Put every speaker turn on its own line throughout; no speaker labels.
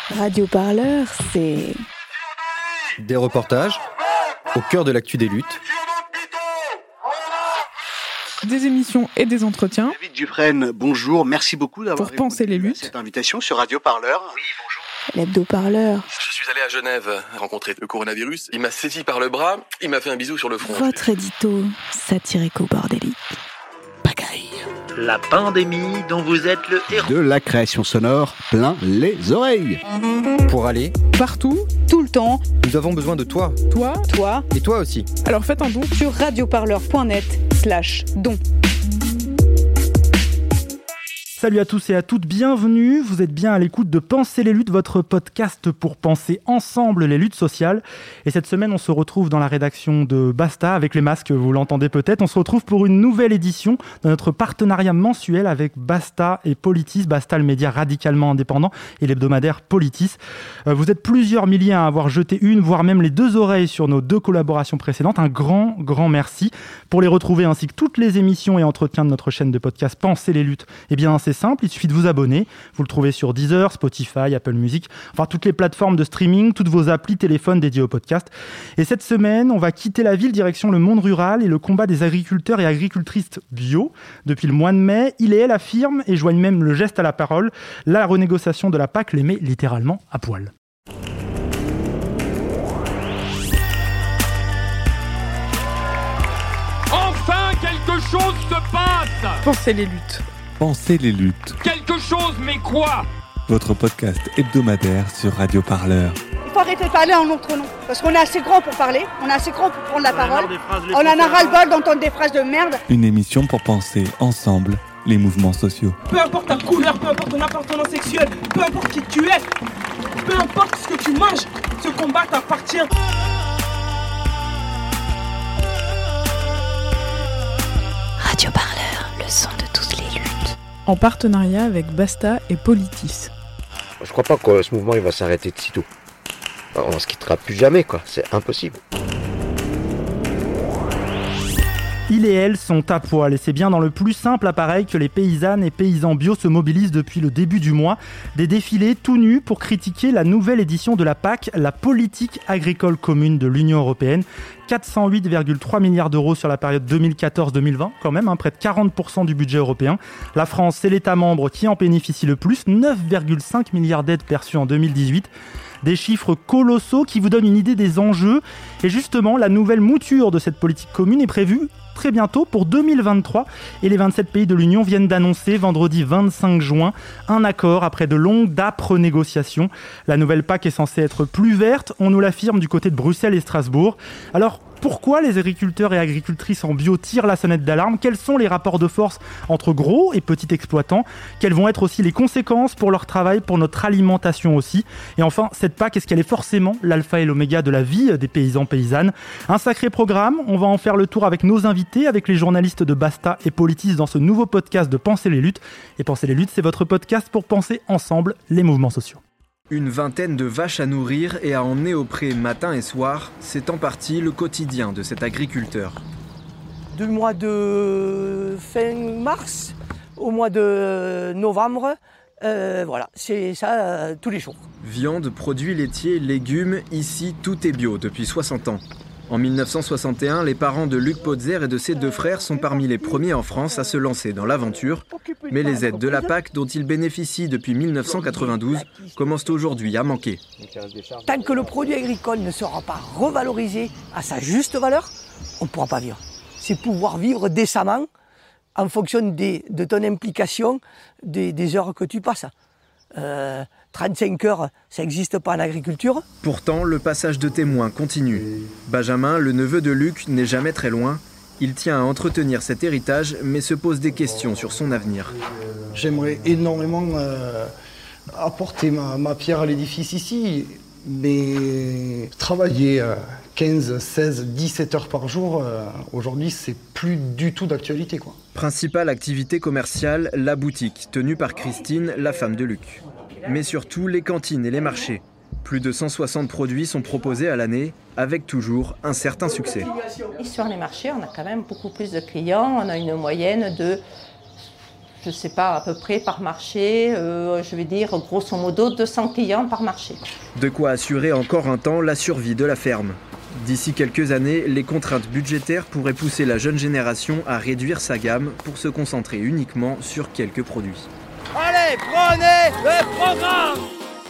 Radio Parleur, c'est...
Des reportages au cœur de l'actu des luttes.
Des émissions et des entretiens.
David Dufresne, bonjour, merci beaucoup d'avoir
pour penser les luttes.
Cette invitation sur Radio Parleur. Oui, bonjour.
L'hebdo-parleur.
Je suis allé à Genève rencontrer le coronavirus. Il m'a saisi par le bras, il m'a fait un bisou sur le front.
Votre édito satirico-bordélique. Pagaille.
La pandémie dont vous êtes le héros.
De la création sonore plein les oreilles.
Pour aller
Partout,
tout le temps,
nous avons besoin de toi.
toi.
Et toi aussi.
Alors faites un don.
sur radioparleur.net/don.
Salut à tous et à toutes, bienvenue, vous êtes bien à l'écoute de Penser les luttes, votre podcast pour penser ensemble les luttes sociales. Et cette semaine, on se retrouve dans la rédaction de Basta, avec les masques, vous l'entendez peut-être. On se retrouve pour une nouvelle édition de notre partenariat mensuel avec Basta et Politis. Basta, le média radicalement indépendant, et l'hebdomadaire Politis. Vous êtes plusieurs milliers à avoir jeté une, voire même les deux oreilles sur nos deux collaborations précédentes. Un grand merci. Pour les retrouver ainsi que toutes les émissions et entretiens de notre chaîne de podcast Penser les luttes, eh bien c'est simple, il suffit de vous abonner. Vous le trouvez sur Deezer, Spotify, Apple Music, enfin toutes les plateformes de streaming, toutes vos applis téléphones dédiées au podcast. Et cette semaine, on va quitter la ville direction le monde rural et le combat des agriculteurs et agricultrices bio. Depuis le mois de mai, il et elle affirment et joignent même le geste à la parole. La renégociation de la PAC les met littéralement à poil.
Enfin, quelque chose se passe!
Pensez les luttes.
Pensez les luttes.
Quelque chose, mais quoi?
Votre podcast hebdomadaire sur Radio Parleur.
Il faut arrêter de parler en notre nom. Parce qu'on est assez grand pour parler, on est assez grand pour prendre la parole. On en a ras-le-bol d'entendre des phrases de merde.
Une émission pour penser ensemble les mouvements sociaux.
Peu importe ta couleur, peu importe ton appartenance sexuelle, peu importe qui tu es, peu importe ce que tu manges, ce combat t'appartient.
Radio Parleur, le son de toutes les luttes.
En partenariat avec Basta et Politis.
Je crois pas que ce mouvement il va s'arrêter de sitôt. On se quittera plus jamais, quoi. C'est impossible.
Ils et elles sont à poil et c'est bien dans le plus simple appareil que les paysannes et paysans bio se mobilisent depuis le début du mois. Des défilés tout nus pour critiquer la nouvelle édition de la PAC, la politique agricole commune de l'Union européenne. 408,3 milliards d'euros sur la période 2014-2020, quand même, près de 40% du budget européen. La France, c'est l'État membre qui en bénéficie le plus, 9,5 milliards d'aides perçues en 2018. Des chiffres colossaux qui vous donnent une idée des enjeux. Et justement, la nouvelle mouture de cette politique commune est prévue très bientôt pour 2023 et les 27 pays de l'Union viennent d'annoncer vendredi 25 juin un accord après de longues d'âpres négociations. La nouvelle PAC est censée être plus verte, on nous l'affirme du côté de Bruxelles et Strasbourg. Alors pourquoi les agriculteurs et agricultrices en bio tirent la sonnette d'alarme? Quels sont les rapports de force entre gros et petits exploitants? Quelles vont être aussi les conséquences pour leur travail, pour notre alimentation aussi? Et enfin, cette PAC, est-ce qu'elle est forcément l'alpha et l'oméga de la vie des paysans-paysannes? Un sacré programme, on va en faire le tour avec nos invités, avec les journalistes de Basta et Politis dans ce nouveau podcast de Penser les luttes. Et Penser les luttes, c'est votre podcast pour penser ensemble les mouvements sociaux.
Une vingtaine de vaches à nourrir et à emmener au pré matin et soir, c'est en partie le quotidien de cet agriculteur.
Du mois de fin mars au mois de novembre, voilà, c'est ça tous les jours.
Viande, produits laitiers, légumes, ici tout est bio depuis 60 ans. En 1961, les parents de Luc Potzer et de ses deux frères sont parmi les premiers en France à se lancer dans l'aventure. Mais les aides de la PAC, dont ils bénéficient depuis 1992, commencent aujourd'hui à manquer.
Tant que le produit agricole ne sera pas revalorisé à sa juste valeur, on ne pourra pas vivre. C'est pouvoir vivre décemment en fonction de ton implication, des heures que tu passes. 35 heures, ça n'existe pas en agriculture.
Pourtant, le passage de témoin continue. Benjamin, le neveu de Luc, n'est jamais très loin. Il tient à entretenir cet héritage, mais se pose des questions sur son avenir.
J'aimerais énormément apporter ma pierre à l'édifice ici, mais travailler 15, 16, 17 heures par jour, aujourd'hui, c'est plus du tout d'actualité, quoi.
Principale activité commerciale, la boutique, tenue par Christine, la femme de Luc. Mais surtout les cantines et les marchés. Plus de 160 produits sont proposés à l'année, avec toujours un certain succès.
Et sur les marchés, on a quand même beaucoup plus de clients. On a une moyenne de
je ne sais pas, à peu près par marché, je vais dire grosso modo 200 clients par marché.
De quoi assurer encore un temps la survie de la ferme. D'ici quelques années, les contraintes budgétaires pourraient pousser la jeune génération à réduire sa gamme pour se concentrer uniquement sur quelques produits.
Allez, prenez le programme!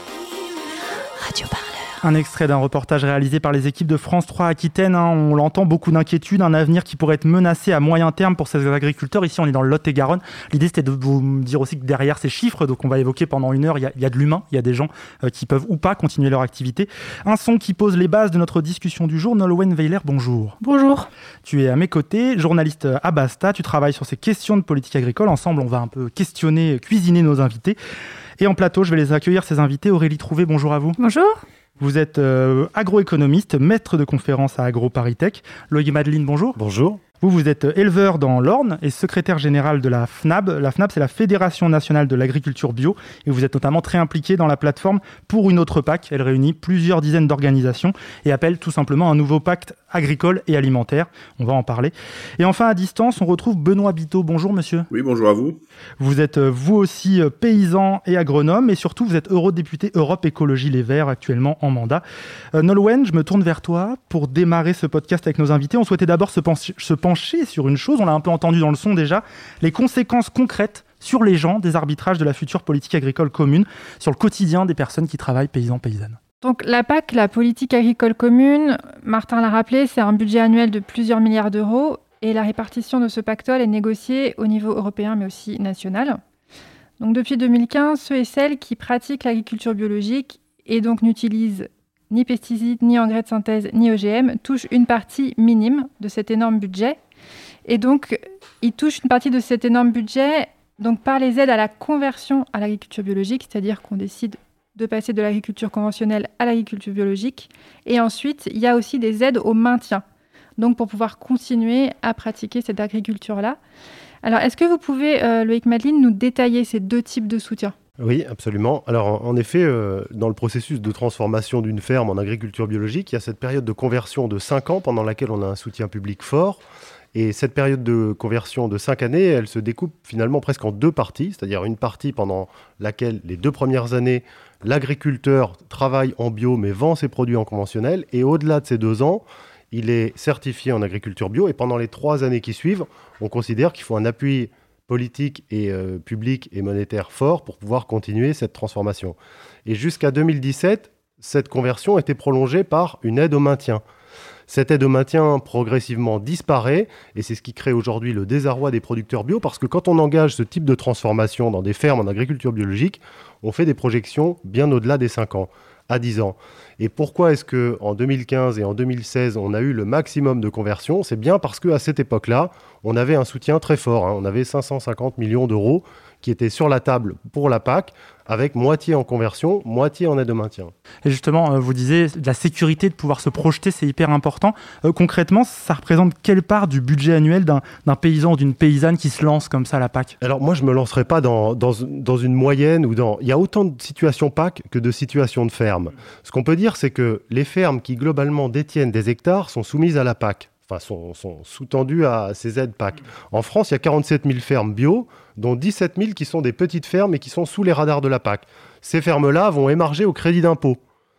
Radio Parleur.
Un extrait d'un reportage réalisé par les équipes de France 3 Aquitaine. On l'entend, beaucoup d'inquiétudes, un avenir qui pourrait être menacé à moyen terme pour ces agriculteurs. Ici, on est dans le Lot-et-Garonne. L'idée, c'était de vous dire aussi que derrière ces chiffres, donc on va évoquer pendant une heure, il y a de l'humain, il y a des gens qui peuvent ou pas continuer leur activité. Un son qui pose les bases de notre discussion du jour. Nolwenn Weiler, bonjour.
Bonjour.
Tu es à mes côtés, journaliste à Basta. Tu travailles sur ces questions de politique agricole. Ensemble, on va un peu cuisiner nos invités. Et en plateau, je vais les accueillir, ces invités. Aurélie Trouvé, bonjour à vous.
Bonjour.
Vous êtes agroéconomiste, maître de conférence à AgroParisTech. Loïc Madeline, bonjour.
Bonjour.
Vous êtes éleveur dans l'Orne et secrétaire général de la FNAB. La FNAB, c'est la Fédération nationale de l'agriculture bio. Et vous êtes notamment très impliqué dans la plateforme Pour une autre PAC. Elle réunit plusieurs dizaines d'organisations et appelle tout simplement un nouveau pacte agricole et alimentaire. On va en parler. Et enfin, à distance, on retrouve Benoît Biteau. Bonjour, monsieur.
Oui, bonjour à vous.
Vous êtes vous aussi paysan et agronome. Et surtout, vous êtes eurodéputé Europe Écologie Les Verts, actuellement en mandat. Nolwenn, je me tourne vers toi pour démarrer ce podcast avec nos invités. On souhaitait d'abord se pencher sur une chose, on l'a un peu entendu dans le son déjà, les conséquences concrètes sur les gens des arbitrages de la future politique agricole commune, sur le quotidien des personnes qui travaillent paysans-paysannes.
Donc la PAC, la politique agricole commune, Martin l'a rappelé, c'est un budget annuel de plusieurs milliards d'euros et la répartition de ce pactole est négociée au niveau européen mais aussi national. Donc depuis 2015, ceux et celles qui pratiquent l'agriculture biologique et donc n'utilisent ni pesticides, ni engrais de synthèse, ni OGM, touchent une partie minime de cet énorme budget. Et donc, ils touchent une partie de cet énorme budget donc, par les aides à la conversion à l'agriculture biologique, c'est-à-dire qu'on décide de passer de l'agriculture conventionnelle à l'agriculture biologique. Et ensuite, il y a aussi des aides au maintien, donc pour pouvoir continuer à pratiquer cette agriculture-là. Alors, est-ce que vous pouvez, Loïc Madeline, nous détailler ces deux types de soutien ?
Oui, absolument. Alors, en effet, dans le processus de transformation d'une ferme en agriculture biologique, il y a cette période de conversion de 5 ans pendant laquelle on a un soutien public fort. Et cette période de conversion de 5 années, elle se découpe finalement presque en deux parties, c'est-à-dire une partie pendant laquelle, les 2 premières années, l'agriculteur travaille en bio mais vend ses produits en conventionnel. Et au-delà de ces 2 ans, il est certifié en agriculture bio. Et pendant les 3 années qui suivent, on considère qu'il faut un appui politique et public et monétaire fort pour pouvoir continuer cette transformation. Et jusqu'à 2017, cette conversion était prolongée par une aide au maintien. Cette aide au maintien progressivement disparaît et c'est ce qui crée aujourd'hui le désarroi des producteurs bio parce que quand on engage ce type de transformation dans des fermes en agriculture biologique, on fait des projections bien au-delà des 5 ans, à 10 ans. Et pourquoi est-ce qu'en 2015 et en 2016, on a eu le maximum de conversion ? C'est bien parce qu'à cette époque-là, on avait un soutien très fort. On avait 550 millions d'euros qui étaient sur la table pour la PAC, avec moitié en conversion, moitié en aide au maintien.
Et justement, vous disiez, la sécurité de pouvoir se projeter, c'est hyper important. Concrètement, ça représente quelle part du budget annuel d'un paysan ou d'une paysanne qui se lance comme ça à la PAC ?
Alors moi, je ne me lancerai pas dans une moyenne. Il y a autant de situations PAC que de situations de ferme. Ce qu'on peut dire, c'est que les fermes qui globalement détiennent des hectares sont soumises à la PAC. Sont sous-tendues à ces aides PAC. En France, il y a 47 000 fermes bio, dont 17 000 qui sont des petites fermes et qui sont sous les radars de la PAC. Ces fermes-là vont émarger au crédit d'impôt.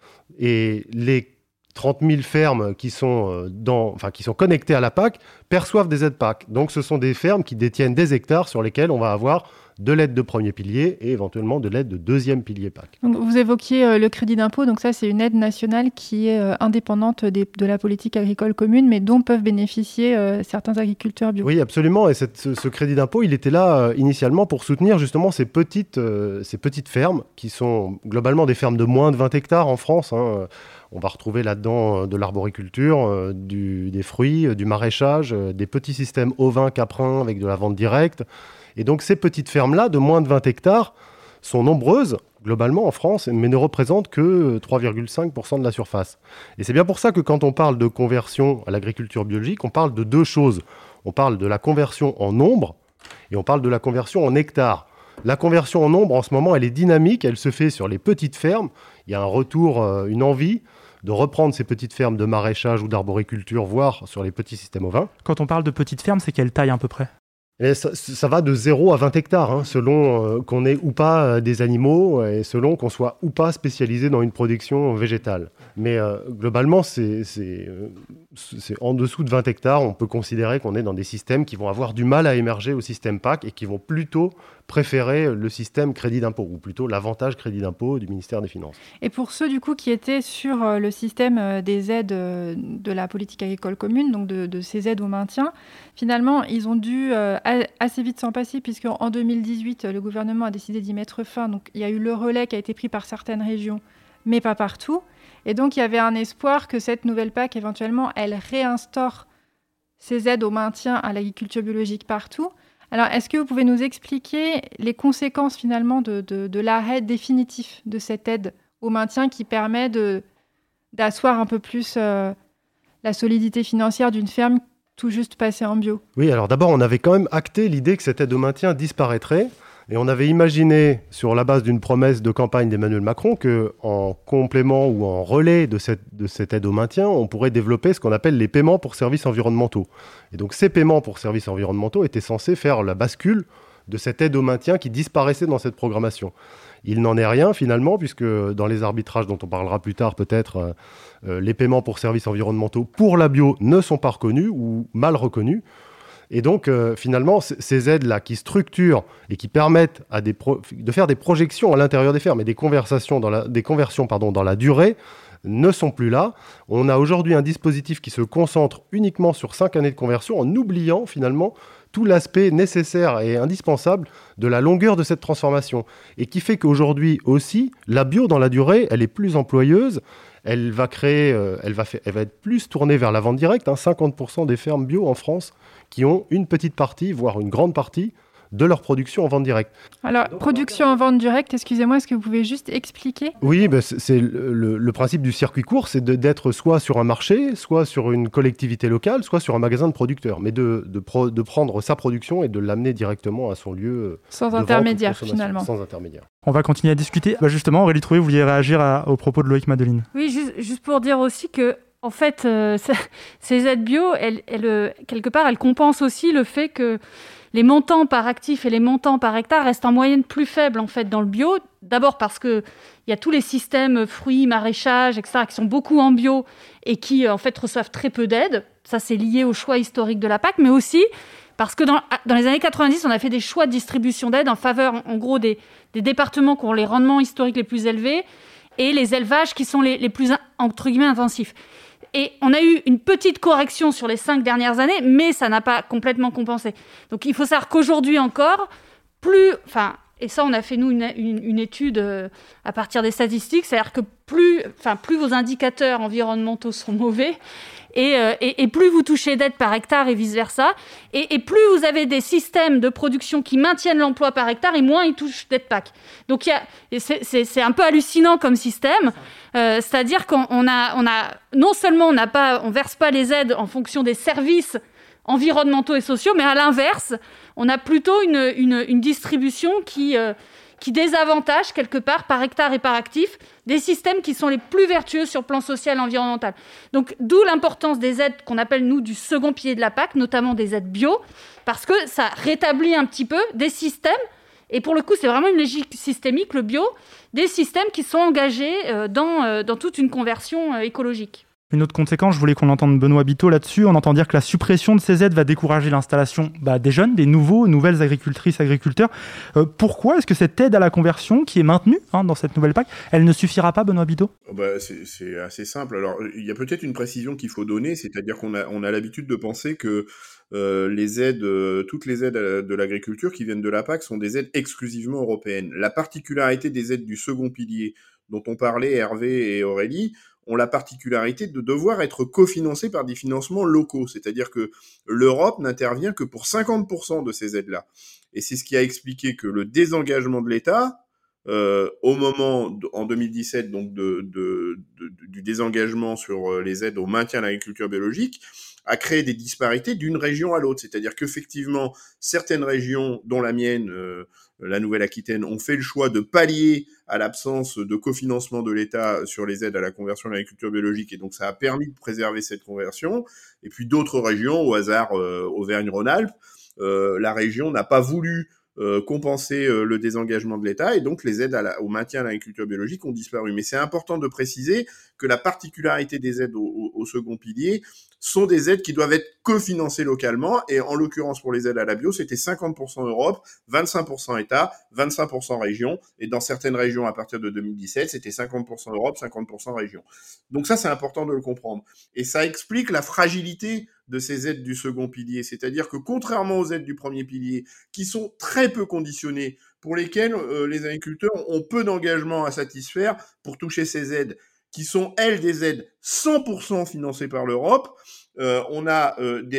Et les 30 000 fermes qui sont connectées à la PAC perçoivent des aides PAC. Donc ce sont des fermes qui détiennent des hectares sur lesquels on va avoir de l'aide de premier pilier et éventuellement de l'aide de deuxième pilier PAC.
Donc, vous évoquiez le crédit d'impôt, donc ça c'est une aide nationale qui est indépendante de la politique agricole commune, mais dont peuvent bénéficier certains agriculteurs bio.
Oui, absolument, et ce crédit d'impôt, il était là initialement pour soutenir justement ces petites fermes qui sont globalement des fermes de moins de 20 hectares en France. On va retrouver là-dedans de l'arboriculture, des fruits, du maraîchage, des petits systèmes ovins, caprins avec de la vente directe. Et donc ces petites fermes-là, de moins de 20 hectares, sont nombreuses, globalement en France, mais ne représentent que 3,5% de la surface. Et c'est bien pour ça que quand on parle de conversion à l'agriculture biologique, on parle de deux choses. On parle de la conversion en nombre et on parle de la conversion en hectares. La conversion en nombre, en ce moment, elle est dynamique, elle se fait sur les petites fermes. Il y a un retour, une envie de reprendre ces petites fermes de maraîchage ou d'arboriculture, voire sur les petits systèmes ovins.
Quand on parle de petites fermes, c'est quelle taille à peu près ?
Et ça va de 0 à 20 hectares, selon qu'on ait ou pas des animaux et selon qu'on soit ou pas spécialisé dans une production végétale. Mais globalement, c'est en dessous de 20 hectares, on peut considérer qu'on est dans des systèmes qui vont avoir du mal à émerger au système PAC et qui vont plutôt préférer le système crédit d'impôt, ou plutôt l'avantage crédit d'impôt du ministère des Finances.
Et pour ceux du coup qui étaient sur le système des aides de la politique agricole commune, donc de ces aides au maintien, finalement ils ont dû assez vite s'en passer, puisque en 2018 le gouvernement a décidé d'y mettre fin. Donc il y a eu le relais qui a été pris par certaines régions, mais pas partout. Et donc il y avait un espoir que cette nouvelle PAC éventuellement elle réinstaure ces aides au maintien à l'agriculture biologique partout. Alors, est-ce que vous pouvez nous expliquer les conséquences finalement de l'arrêt définitif de cette aide au maintien qui permet d'asseoir un peu plus la solidité financière d'une ferme tout juste passée en bio? Oui,
alors d'abord, on avait quand même acté l'idée que cette aide au maintien disparaîtrait. Et on avait imaginé, sur la base d'une promesse de campagne d'Emmanuel Macron, qu'en complément ou en relais de cette aide au maintien, on pourrait développer ce qu'on appelle les paiements pour services environnementaux. Et donc ces paiements pour services environnementaux étaient censés faire la bascule de cette aide au maintien qui disparaissait dans cette programmation. Il n'en est rien finalement, puisque dans les arbitrages dont on parlera plus tard peut-être, les paiements pour services environnementaux pour la bio ne sont pas reconnus ou mal reconnus. Et donc, finalement, ces aides-là qui structurent et qui permettent de faire des projections à l'intérieur des fermes et des conversions dans la durée ne sont plus là. On a aujourd'hui un dispositif qui se concentre uniquement sur 5 années de conversion en oubliant finalement tout l'aspect nécessaire et indispensable de la longueur de cette transformation. Et qui fait qu'aujourd'hui aussi, la bio dans la durée, elle est plus employeuse. Elle va être plus tournée vers la vente directe. 50% des fermes bio en France qui ont une petite partie, voire une grande partie, de leur production en vente directe.
Alors, production en vente directe, excusez-moi, est-ce que vous pouvez juste expliquer ?
Oui, c'est le principe du circuit court, c'est d'être soit sur un marché, soit sur une collectivité locale, soit sur un magasin de producteurs, mais de prendre sa production et de l'amener directement à son lieu
sans intermédiaire, finalement.
Sans intermédiaire.
On va continuer à discuter. Justement, Aurélie Trouvé, vous vouliez réagir aux propos de Loïc Madeline.
Oui, juste pour dire aussi que en fait, ces aides bio, quelque part, elles compensent aussi le fait que les montants par actif et les montants par hectare restent en moyenne plus faibles en fait dans le bio. D'abord parce que il y a tous les systèmes fruits, maraîchage, etc. qui sont beaucoup en bio et qui en fait reçoivent très peu d'aides. Ça, c'est lié au choix historique de la PAC, mais aussi parce que dans les années 90, on a fait des choix de distribution d'aides en faveur, en gros, des départements qui ont les rendements historiques les plus élevés et les élevages qui sont les plus, entre guillemets, intensifs. Et on a eu une petite correction sur les 5 dernières années, mais ça n'a pas complètement compensé. Donc il faut savoir qu'aujourd'hui encore, et ça on a fait nous une étude à partir des statistiques, c'est-à-dire que plus vos indicateurs environnementaux sont mauvais, et plus vous touchez d'aides par hectare et vice-versa, et plus vous avez des systèmes de production qui maintiennent l'emploi par hectare, et moins ils touchent d'aides PAC. Donc c'est un peu hallucinant comme système, c'est-à-dire qu'on a non seulement on verse pas les aides en fonction des services environnementaux et sociaux, mais à l'inverse, on a plutôt une distribution qui désavantage quelque part par hectare et par actif des systèmes qui sont les plus vertueux sur le plan social et environnemental. Donc d'où l'importance des aides qu'on appelle nous du second pilier de la PAC, notamment des aides bio, parce que ça rétablit un petit peu des systèmes, et pour le coup c'est vraiment une logique systémique, le bio, des systèmes qui sont engagés dans toute une conversion écologique.
Une autre conséquence, je voulais qu'on entende Benoît Biteau là-dessus. On entend dire que la suppression de ces aides va décourager l'installation des jeunes, des nouvelles agricultrices, agriculteurs. Pourquoi est-ce que cette aide à la conversion, qui est maintenue dans cette nouvelle PAC, elle ne suffira pas, Benoît Biteau ?
C'est assez simple. Alors, il y a peut-être une précision qu'il faut donner, c'est-à-dire qu'on a l'habitude de penser que les aides, toutes les aides de l'agriculture qui viennent de la PAC sont des aides exclusivement européennes. La particularité des aides du second pilier, dont on parlait Hervé et Aurélie, ont la particularité de devoir être cofinancés par des financements locaux, c'est-à-dire que l'Europe n'intervient que pour 50% de ces aides-là. Et c'est ce qui a expliqué que le désengagement de l'État, au moment, en 2017, donc du désengagement sur les aides au maintien de l'agriculture biologique, a créé des disparités d'une région à l'autre. C'est-à-dire qu'effectivement, certaines régions, dont la mienne, la Nouvelle-Aquitaine, ont fait le choix de pallier à l'absence de cofinancement de l'État sur les aides à la conversion de l'agriculture biologique, et donc ça a permis de préserver cette conversion. Et puis d'autres régions, au hasard Auvergne-Rhône-Alpes, la région n'a pas voulu compenser le désengagement de l'État, et donc les aides au maintien à l'agriculture biologique ont disparu. Mais c'est important de préciser que la particularité des aides au second pilier sont des aides qui doivent être cofinancées localement, et en l'occurrence pour les aides à la bio, c'était 50% Europe, 25% État, 25% région, et dans certaines régions à partir de 2017, c'était 50% Europe, 50% région. Donc ça, c'est important de le comprendre. Et ça explique la fragilité de ces aides du second pilier, c'est-à-dire que contrairement aux aides du premier pilier, qui sont très peu conditionnées, pour lesquelles les agriculteurs ont peu d'engagement à satisfaire pour toucher ces aides, qui sont, elles, des aides 100% financées par l'Europe, on a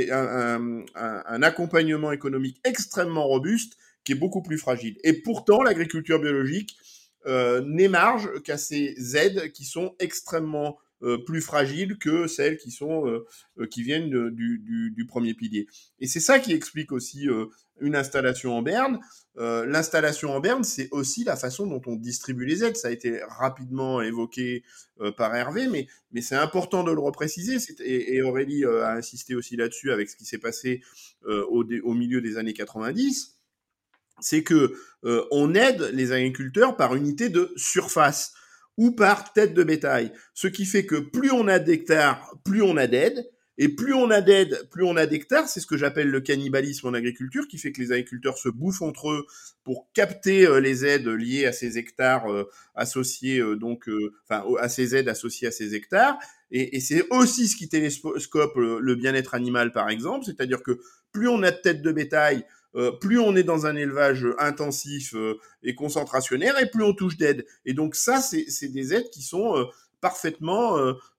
un accompagnement économique extrêmement robuste qui est beaucoup plus fragile. Et pourtant, l'agriculture biologique n'émarge qu'à ces aides qui sont extrêmement plus fragiles que celles qui viennent du premier pilier. Et c'est ça qui explique aussi une installation en berne. L'installation en berne, c'est aussi la façon dont on distribue les aides. Ça a été rapidement évoqué par Hervé, mais c'est important de le repréciser. Et Aurélie a insisté aussi là-dessus avec ce qui s'est passé au milieu des années 90. C'est que on aide les agriculteurs par unité de surface ou par tête de bétail. Ce qui fait que plus on a d'hectares, plus on a d'aides, et plus on a d'aides, plus on a d'hectares. C'est ce que j'appelle le cannibalisme en agriculture, qui fait que les agriculteurs se bouffent entre eux pour capter les aides liées à ces hectares associés, à ces aides associées à ces hectares. Et c'est aussi ce qui télescope le bien-être animal, par exemple, c'est-à-dire que plus on a de têtes de bétail, plus on est dans un élevage intensif et concentrationnaire, et plus on touche d'aides. Et donc ça, c'est des aides qui sont parfaitement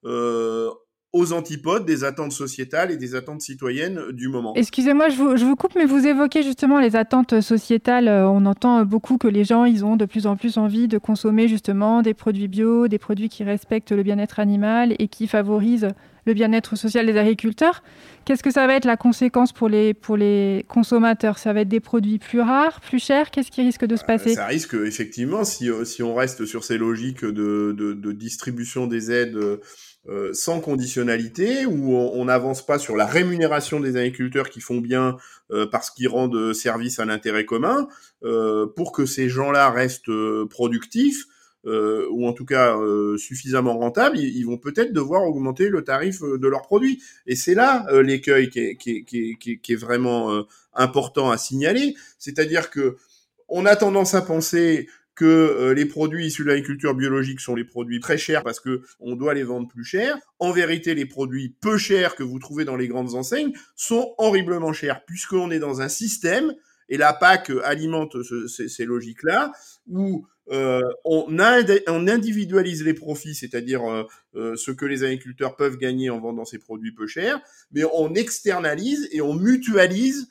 aux antipodes des attentes sociétales et des attentes citoyennes du moment.
Excusez-moi, je vous coupe, mais vous évoquez justement les attentes sociétales. On entend beaucoup que les gens, ils ont de plus en plus envie de consommer justement des produits bio, des produits qui respectent le bien-être animal et qui favorisent le bien-être social des agriculteurs. Qu'est-ce que ça va être la conséquence pour les consommateurs ? Ça va être des produits plus rares, plus chers ? Qu'est-ce qui risque de se passer ?
Ça risque, effectivement, si on reste sur ces logiques de distribution des aides sans conditionnalité, où on n'avance pas sur la rémunération des agriculteurs qui font bien parce qu'ils rendent service à l'intérêt commun, pour que ces gens-là restent productifs, ou en tout cas suffisamment rentables, ils vont peut-être devoir augmenter le tarif de leurs produits. Et c'est là l'écueil qui est vraiment important à signaler. C'est-à-dire que on a tendance à penser que les produits issus de l'agriculture biologique sont les produits très chers parce que on doit les vendre plus cher. En vérité, les produits peu chers que vous trouvez dans les grandes enseignes sont horriblement chers, puisqu'on est dans un système, et la PAC alimente ces logiques-là, où on individualise les profits, c'est-à-dire ce que les agriculteurs peuvent gagner en vendant ces produits peu chers, mais on externalise et on mutualise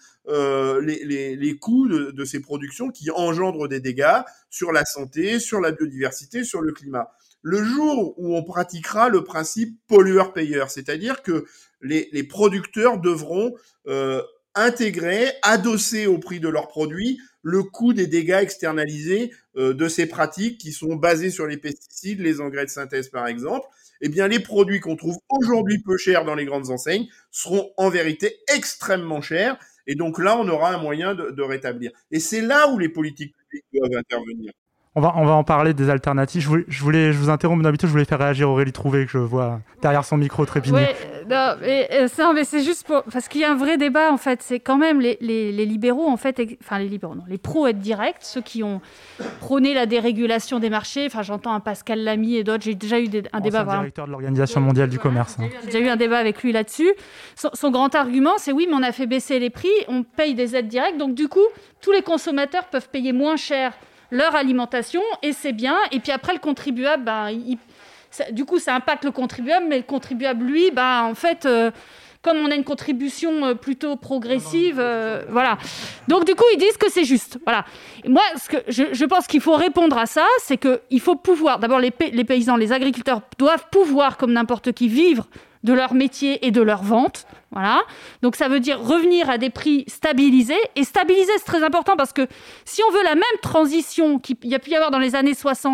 les coûts de ces productions qui engendrent des dégâts sur la santé, sur la biodiversité, sur le climat. Le jour où on pratiquera le principe pollueur-payeur, c'est-à-dire que les producteurs devront intégrer, adosser au prix de leurs produits, le coût des dégâts externalisés de ces pratiques qui sont basées sur les pesticides, les engrais de synthèse par exemple, eh bien les produits qu'on trouve aujourd'hui peu chers dans les grandes enseignes seront en vérité extrêmement chers, et donc là on aura un moyen de rétablir. Et c'est là où les politiques publiques doivent intervenir.
On va en parler des alternatives. Je vous interromps d'habitude, je voulais faire réagir Aurélie Trouvé, que je vois derrière son micro trépigner.
Oui, mais c'est juste parce qu'il y a un vrai débat en fait. C'est quand même les libéraux en fait, les pro-aides directes, ceux qui ont prôné la dérégulation des marchés. Enfin, j'entends un Pascal Lamy et d'autres. J'ai déjà eu un débat.
Directeur de l'Organisation mondiale du commerce.
J'ai déjà eu un débat avec lui là-dessus. Son grand argument, c'est oui, mais on a fait baisser les prix, on paye des aides directes, donc du coup, tous les consommateurs peuvent payer moins cher leur alimentation, et c'est bien. Et puis après, le contribuable, du coup, ça impacte le contribuable, mais le contribuable, lui, en fait, comme on a une contribution plutôt progressive, voilà. Donc, du coup, ils disent que c'est juste. Voilà. Et moi, je pense qu'il faut répondre à ça, c'est qu'il faut pouvoir... D'abord, les paysans, les agriculteurs doivent pouvoir, comme n'importe qui, vivre de leur métier et de leur vente. Voilà. Donc, ça veut dire revenir à des prix stabilisés. Et stabiliser, c'est très important parce que si on veut la même transition qu'il y a pu y avoir dans les années 60,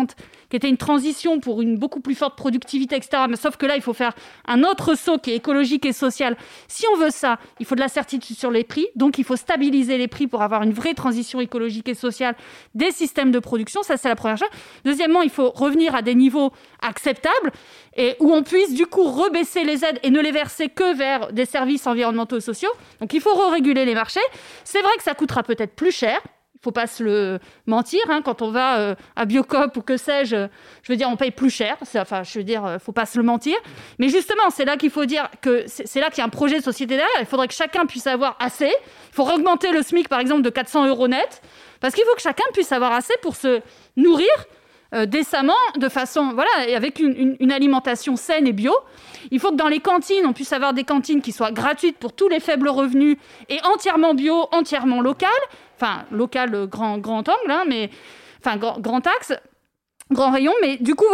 qui était une transition pour une beaucoup plus forte productivité, etc. Mais sauf que là, il faut faire un autre saut qui est écologique et social. Si on veut ça, il faut de la certitude sur les prix. Donc, il faut stabiliser les prix pour avoir une vraie transition écologique et sociale des systèmes de production. Ça, c'est la première chose. Deuxièmement, il faut revenir à des niveaux acceptables et où on puisse, du coup, rebaisser les aides et ne les verser que vers des services environnementaux et sociaux. Donc, il faut re-réguler les marchés. C'est vrai que ça coûtera peut-être plus cher. Il ne faut pas se le mentir. Quand on va à Biocoop ou que sais-je, je veux dire, on paye plus cher. Il ne faut pas se le mentir. Mais justement, c'est là qu'il faut dire que c'est là qu'il y a un projet de société derrière. Il faudrait que chacun puisse avoir assez. Il faut augmenter le SMIC, par exemple, de 400 € net. Parce qu'il faut que chacun puisse avoir assez pour se nourrir décemment, de façon, et avec une alimentation saine et bio. Il faut que dans les cantines, on puisse avoir des cantines qui soient gratuites pour tous les faibles revenus et entièrement bio, entièrement local. Enfin, local, grand angle, grand axe, grand rayon. Mais du coup,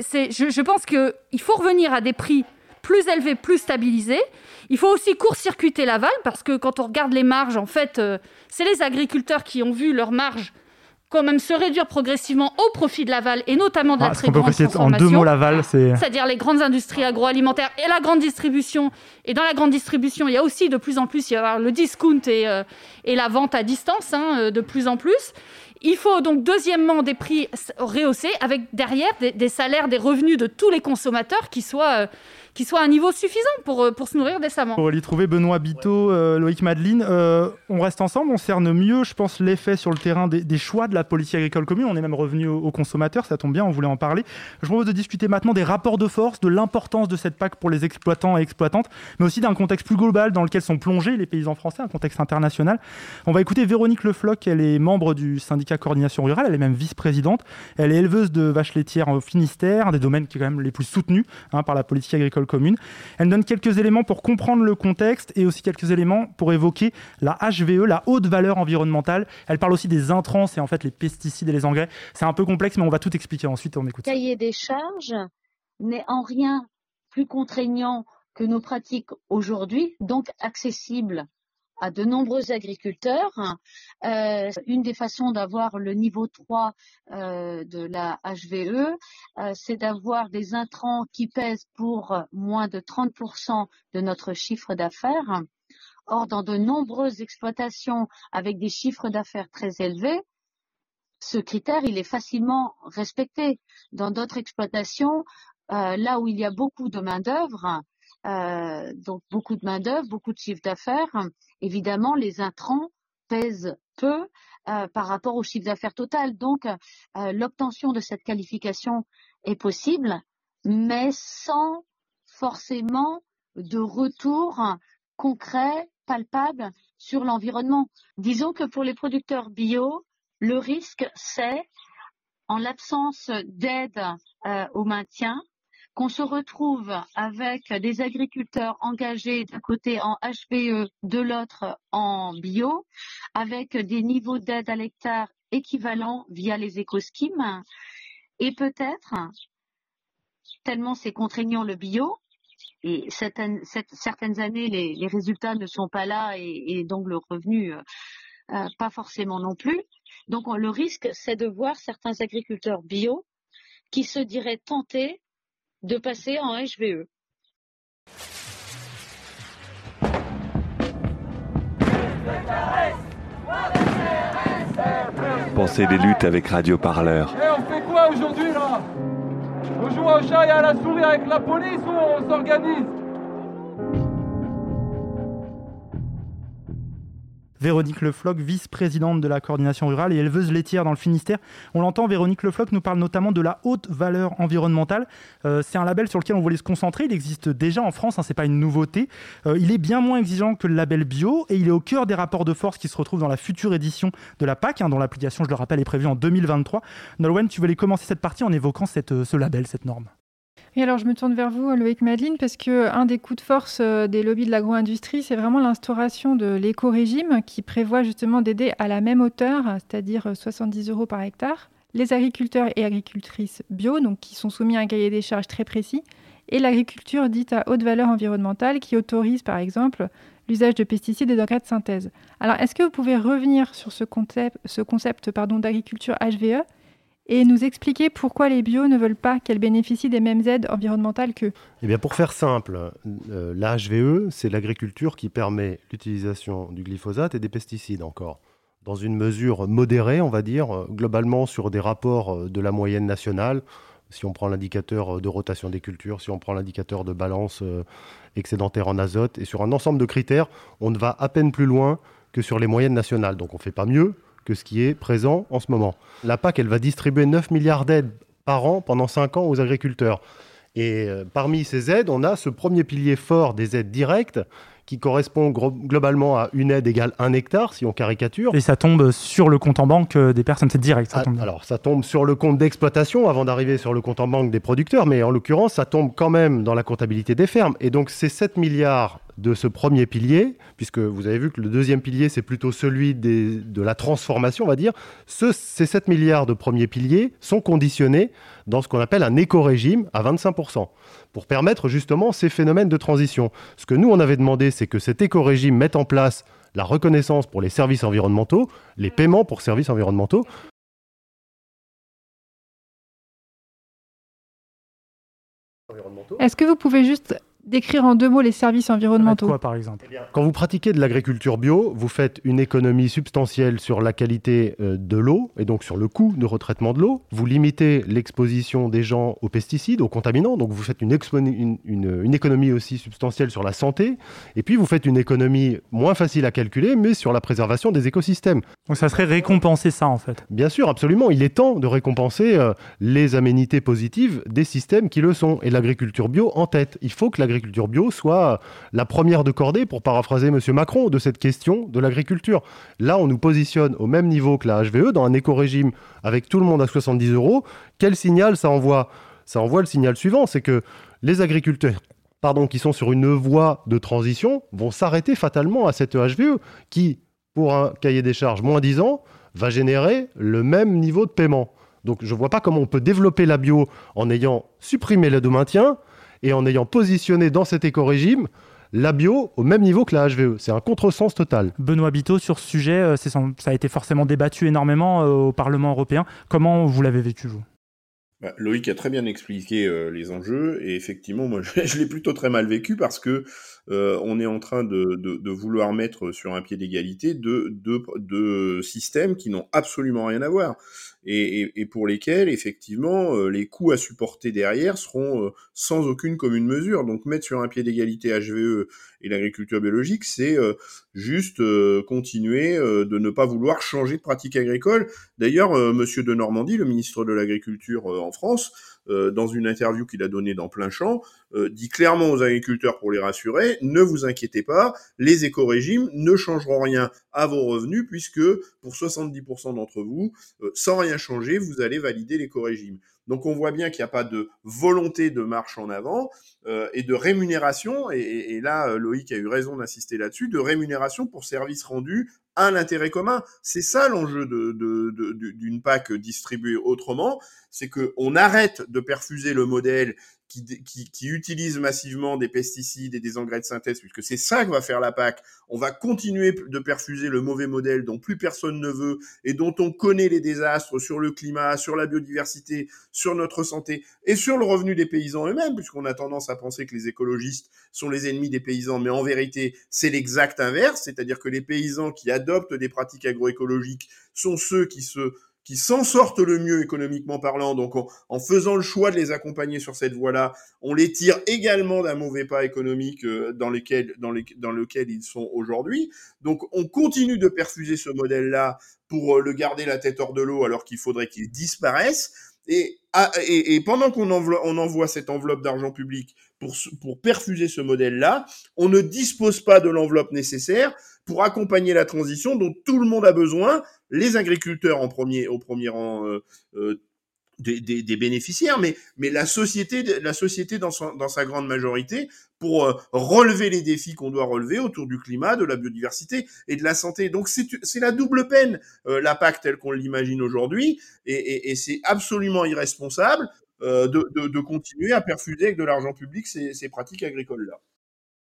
je pense qu'il faut revenir à des prix plus élevés, plus stabilisés. Il faut aussi court-circuiter l'aval, parce que quand on regarde les marges, en fait, c'est les agriculteurs qui ont vu leurs marges quand même se réduire progressivement au profit de l'aval, et notamment de la très grande transformation.
En 2 mots, l'aval,
c'est-à-dire les grandes industries agroalimentaires et la grande distribution. Et dans la grande distribution, il y a aussi de plus en plus, il va y avoir le discount et la vente à distance, de plus en plus. Il faut donc, deuxièmement, des prix rehaussés, avec derrière des salaires, des revenus de tous les consommateurs qui soient à un niveau suffisant pour se nourrir décemment.
Pour y trouver Benoît Biteau, Loïc Madeline, on reste ensemble, on cerne mieux, je pense, l'effet sur le terrain des choix de la politique agricole commune. On est même revenu aux consommateurs, ça tombe bien, on voulait en parler. Je propose de discuter maintenant des rapports de force, de l'importance de cette PAC pour les exploitants et exploitantes, mais aussi d'un contexte plus global dans lequel sont plongés les paysans français, un contexte international. On va écouter Véronique Le Floch, elle est membre du syndicat Coordination Rurale, elle est même vice-présidente, elle est éleveuse de vaches laitières au Finistère, un des domaines qui est quand même les plus soutenus par la politique agricole commune. Elle donne quelques éléments pour comprendre le contexte et aussi quelques éléments pour évoquer la HVE, la haute valeur environnementale. Elle parle aussi des intrants, c'est en fait les pesticides et les engrais. C'est un peu complexe, mais on va tout expliquer ensuite. On écoute.
Le cahier des charges n'est en rien plus contraignant que nos pratiques aujourd'hui, donc accessible à de nombreux agriculteurs. Une des façons d'avoir le niveau 3 de la HVE, c'est d'avoir des intrants qui pèsent pour moins de 30% de notre chiffre d'affaires. Or, dans de nombreuses exploitations avec des chiffres d'affaires très élevés, ce critère, il est facilement respecté. Dans d'autres exploitations, là où il y a beaucoup de main-d'œuvre, donc beaucoup de main-d'œuvre, beaucoup de chiffre d'affaires, évidemment, les intrants pèsent peu par rapport au chiffre d'affaires total. Donc, l'obtention de cette qualification est possible, mais sans forcément de retour concret, palpable sur l'environnement. Disons que pour les producteurs bio, le risque, c'est, en l'absence d'aide au maintien, qu'on se retrouve avec des agriculteurs engagés d'un côté en HVE, de l'autre en bio, avec des niveaux d'aide à l'hectare équivalents via les éco-schemes, et peut-être, tellement c'est contraignant le bio, et certaines années les résultats ne sont pas là et donc le revenu pas forcément non plus. Donc le risque, c'est de voir certains agriculteurs bio qui se diraient tentés de passer en HVE.
Pensez des luttes avec Radio Parleur.
On fait quoi aujourd'hui là? On joue au chat et à la souris avec la police ou on s'organise?
Véronique Le Floch, vice-présidente de la coordination rurale et éleveuse laitière dans le Finistère. On l'entend, Véronique Le Floch nous parle notamment de la haute valeur environnementale. C'est un label sur lequel on voulait se concentrer. Il existe déjà en France, c'est pas une nouveauté. Il est bien moins exigeant que le label bio et il est au cœur des rapports de force qui se retrouvent dans la future édition de la PAC, dont l'application, je le rappelle, est prévue en 2023. Nolwenn, tu voulais commencer cette partie en évoquant ce label, cette norme.
Et alors, je me tourne vers vous, Loïc Madeline, parce qu'un des coups de force des lobbies de l'agro-industrie, c'est vraiment l'instauration de l'éco-régime qui prévoit justement d'aider à la même hauteur, c'est-à-dire 70 € par hectare, les agriculteurs et agricultrices bio, donc qui sont soumis à un cahier des charges très précis, et l'agriculture dite à haute valeur environnementale qui autorise, par exemple, l'usage de pesticides et d'engrais de synthèse. Alors, est-ce que vous pouvez revenir sur ce concept d'agriculture HVE et nous expliquer pourquoi les bio ne veulent pas qu'elles bénéficient des mêmes aides environnementales qu'eux.
Eh bien, pour faire simple, la HVE, c'est l'agriculture qui permet l'utilisation du glyphosate et des pesticides encore, dans une mesure modérée, on va dire, globalement sur des rapports de la moyenne nationale. Si on prend l'indicateur de rotation des cultures, si on prend l'indicateur de balance excédentaire en azote, et sur un ensemble de critères, on ne va à peine plus loin que sur les moyennes nationales. Donc on ne fait pas mieux que ce qui est présent en ce moment. La PAC, elle va distribuer 9 milliards d'aides par an pendant 5 ans aux agriculteurs. Et parmi ces aides, on a ce premier pilier fort des aides directes qui correspond globalement à une aide égale 1 hectare, si on caricature.
Et ça tombe sur le compte en banque des personnes, c'est direct.
Alors, ça tombe sur le compte d'exploitation avant d'arriver sur le compte en banque des producteurs, mais en l'occurrence, ça tombe quand même dans la comptabilité des fermes. Et donc, ces 7 milliards de ce premier pilier, puisque vous avez vu que le deuxième pilier, c'est plutôt celui de la transformation, on va dire, ces 7 milliards de premier pilier sont conditionnés dans ce qu'on appelle un éco-régime à 25%, pour permettre justement ces phénomènes de transition. Ce que nous, on avait demandé, c'est que cet éco-régime mette en place la reconnaissance pour les services environnementaux, les paiements pour services environnementaux.
Est-ce que vous pouvez juste décrire en 2 mots les services environnementaux?
Quoi, par exemple?
Quand vous pratiquez de l'agriculture bio, vous faites une économie substantielle sur la qualité de l'eau et donc sur le coût de retraitement de l'eau. Vous limitez l'exposition des gens aux pesticides, aux contaminants, donc vous faites une économie aussi substantielle sur la santé. Et puis vous faites une économie moins facile à calculer, mais sur la préservation des écosystèmes.
Donc ça serait récompenser ça, en fait.
Bien sûr, absolument. Il est temps de récompenser les aménités positives des systèmes qui le sont. Et l'agriculture bio en tête. Il faut que l'agriculture bio soit la première de cordée, pour paraphraser M. Macron, de cette question de l'agriculture. Là, on nous positionne au même niveau que la HVE, dans un éco-régime avec tout le monde à 70 €. Quel signal ça envoie? Ça envoie le signal suivant, c'est que les agriculteurs qui sont sur une voie de transition vont s'arrêter fatalement à cette HVE qui, pour un cahier des charges moins 10 ans, va générer le même niveau de paiement. Donc je ne vois pas comment on peut développer la bio en ayant supprimé l'aide au maintien et en ayant positionné dans cet éco-régime la bio au même niveau que la HVE. C'est un contresens total.
Benoît Biteau, sur ce sujet, ça a été forcément débattu énormément au Parlement européen. Comment vous l'avez vécu, vous ?
Loïc a très bien expliqué les enjeux, et effectivement, moi, je l'ai plutôt très mal vécu parce que on est en train de vouloir mettre sur un pied d'égalité deux systèmes qui n'ont absolument rien à voir, et pour lesquels, effectivement, les coûts à supporter derrière seront sans aucune commune mesure. Donc, mettre sur un pied d'égalité HVE et l'agriculture biologique, c'est juste continuer de ne pas vouloir changer de pratique agricole. D'ailleurs, Monsieur de Normandie, le ministre de l'Agriculture en France, dans une interview qu'il a donnée dans Plein Champ, dit clairement aux agriculteurs, pour les rassurer, ne vous inquiétez pas, les éco-régimes ne changeront rien à vos revenus, puisque pour 70% d'entre vous, sans rien changer, vous allez valider l'éco-régime. Donc on voit bien qu'il n'y a pas de volonté de marche en avant et de rémunération, et là Loïc a eu raison d'insister là-dessus, de rémunération pour services rendus à l'intérêt commun. C'est ça l'enjeu d'une PAC distribuée autrement, c'est qu'on arrête de perfuser le modèle qui utilise massivement des pesticides et des engrais de synthèse, puisque c'est ça que va faire la PAC. On va continuer de perfuser le mauvais modèle dont plus personne ne veut et dont on connaît les désastres sur le climat, sur la biodiversité, sur notre santé et sur le revenu des paysans eux-mêmes, puisqu'on a tendance à penser que les écologistes sont les ennemis des paysans, mais en vérité, c'est l'exact inverse, c'est-à-dire que les paysans qui adoptent des pratiques agroécologiques sont ceux qui s'en sortent le mieux économiquement parlant. Donc en faisant le choix de les accompagner sur cette voie-là, on les tire également d'un mauvais pas économique dans lequel ils sont aujourd'hui. Donc on continue de perfuser ce modèle-là pour le garder la tête hors de l'eau, alors qu'il faudrait qu'il disparaisse. Et pendant qu'on envoie cette enveloppe d'argent public pour perfuser ce modèle-là, on ne dispose pas de l'enveloppe nécessaire pour accompagner la transition dont tout le monde a besoin, les agriculteurs au premier rang des bénéficiaires, mais la société dans sa grande majorité, pour relever les défis qu'on doit relever autour du climat, de la biodiversité et de la santé. Donc c'est la double peine, la PAC telle qu'on l'imagine aujourd'hui, et c'est absolument irresponsable de continuer à perfuser avec de l'argent public ces pratiques agricoles-là.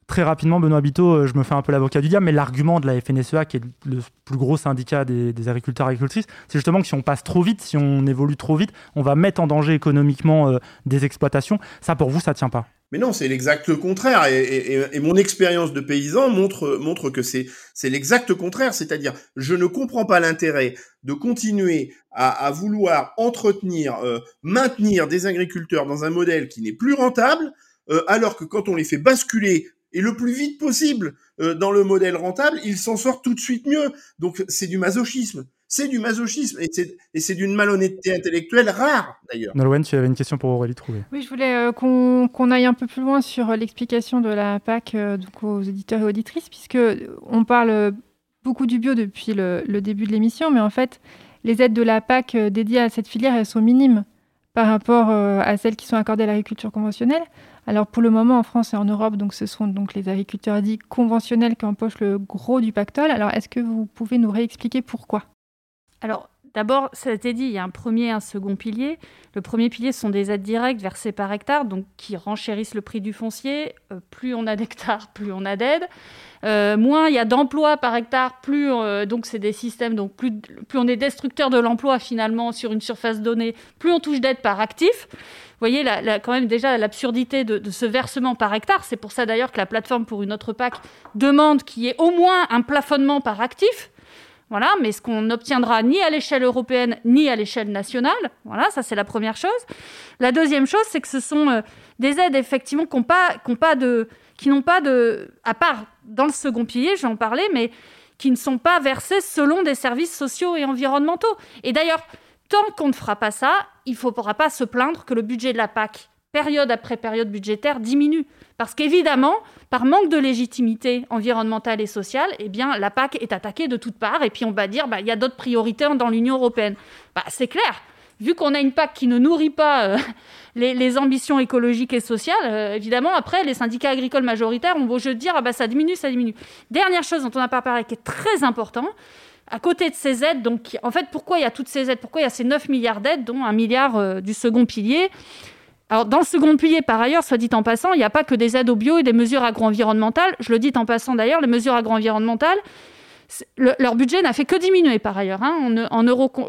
Très rapidement, Benoît Biteau, je me fais un peu l'avocat du diable, mais l'argument de la FNSEA, qui est le plus gros syndicat des agriculteurs et agricultrices, c'est justement que si on passe trop vite, si on évolue trop vite, on va mettre en danger économiquement des exploitations. Ça, pour vous, ça tient pas?
Mais non, c'est l'exact contraire. Et mon expérience de paysan montre que c'est l'exact contraire. C'est-à-dire, je ne comprends pas l'intérêt de continuer à vouloir entretenir, maintenir des agriculteurs dans un modèle qui n'est plus rentable, alors que quand on les fait basculer et le plus vite possible dans le modèle rentable, ils s'en sortent tout de suite mieux. Donc c'est du masochisme. C'est du masochisme et c'est d'une malhonnêteté intellectuelle rare, d'ailleurs.
Nolwenn, tu avais une question pour Aurélie Trouvé.
Oui, je voulais qu'on aille un peu plus loin sur l'explication de la PAC donc aux auditeurs et auditrices, puisque on parle beaucoup du bio depuis le début de l'émission, mais en fait, les aides de la PAC dédiées à cette filière, elles sont minimes par rapport à celles qui sont accordées à l'agriculture conventionnelle. Alors pour le moment, en France et en Europe, donc ce sont donc les agriculteurs dits conventionnels qui empochent le gros du pactole. Alors est-ce que vous pouvez nous réexpliquer pourquoi ?
Alors, d'abord, ça a été dit, il y a un premier et un second pilier. Le premier pilier, ce sont des aides directes versées par hectare, donc qui renchérissent le prix du foncier. Plus on a d'hectares, plus on a d'aides. Moins il y a d'emplois par hectare, plus donc c'est des systèmes, donc plus on est destructeur de l'emploi finalement sur une surface donnée, plus on touche d'aides par actif. Vous voyez quand même déjà l'absurdité de ce versement par hectare. C'est pour ça d'ailleurs que la plateforme pour une autre PAC demande qu'il y ait au moins un plafonnement par actif. Voilà, mais ce qu'on n'obtiendra ni à l'échelle européenne ni à l'échelle nationale. Voilà, ça c'est la première chose. La deuxième chose, c'est que ce sont des aides effectivement qui n'ont pas de, à part dans le second pilier, je vais en parler, mais qui ne sont pas versées selon des services sociaux et environnementaux. Et d'ailleurs, tant qu'on ne fera pas ça, il ne faudra pas se plaindre que le budget de la PAC, période après période budgétaire, diminue. Parce qu'évidemment, par manque de légitimité environnementale et sociale, eh bien, la PAC est attaquée de toutes parts. Et puis on va dire, il y a d'autres priorités dans l'Union européenne. C'est clair. Vu qu'on a une PAC qui ne nourrit pas les ambitions écologiques et sociales, évidemment, après, les syndicats agricoles majoritaires ont beau jeu de dire, ça diminue, ça diminue. Dernière chose dont on n'a pas parlé, qui est très important, à côté de ces aides, donc, en fait, pourquoi il y a toutes ces aides ? Pourquoi il y a ces 9 milliards d'aides, dont 1 milliard du second pilier ? Alors, dans le second pilier, par ailleurs, soit dit en passant, il n'y a pas que des aides au bio et des mesures agro-environnementales. Je le dis en passant d'ailleurs, les mesures agro-environnementales, leur budget n'a fait que diminuer par ailleurs, en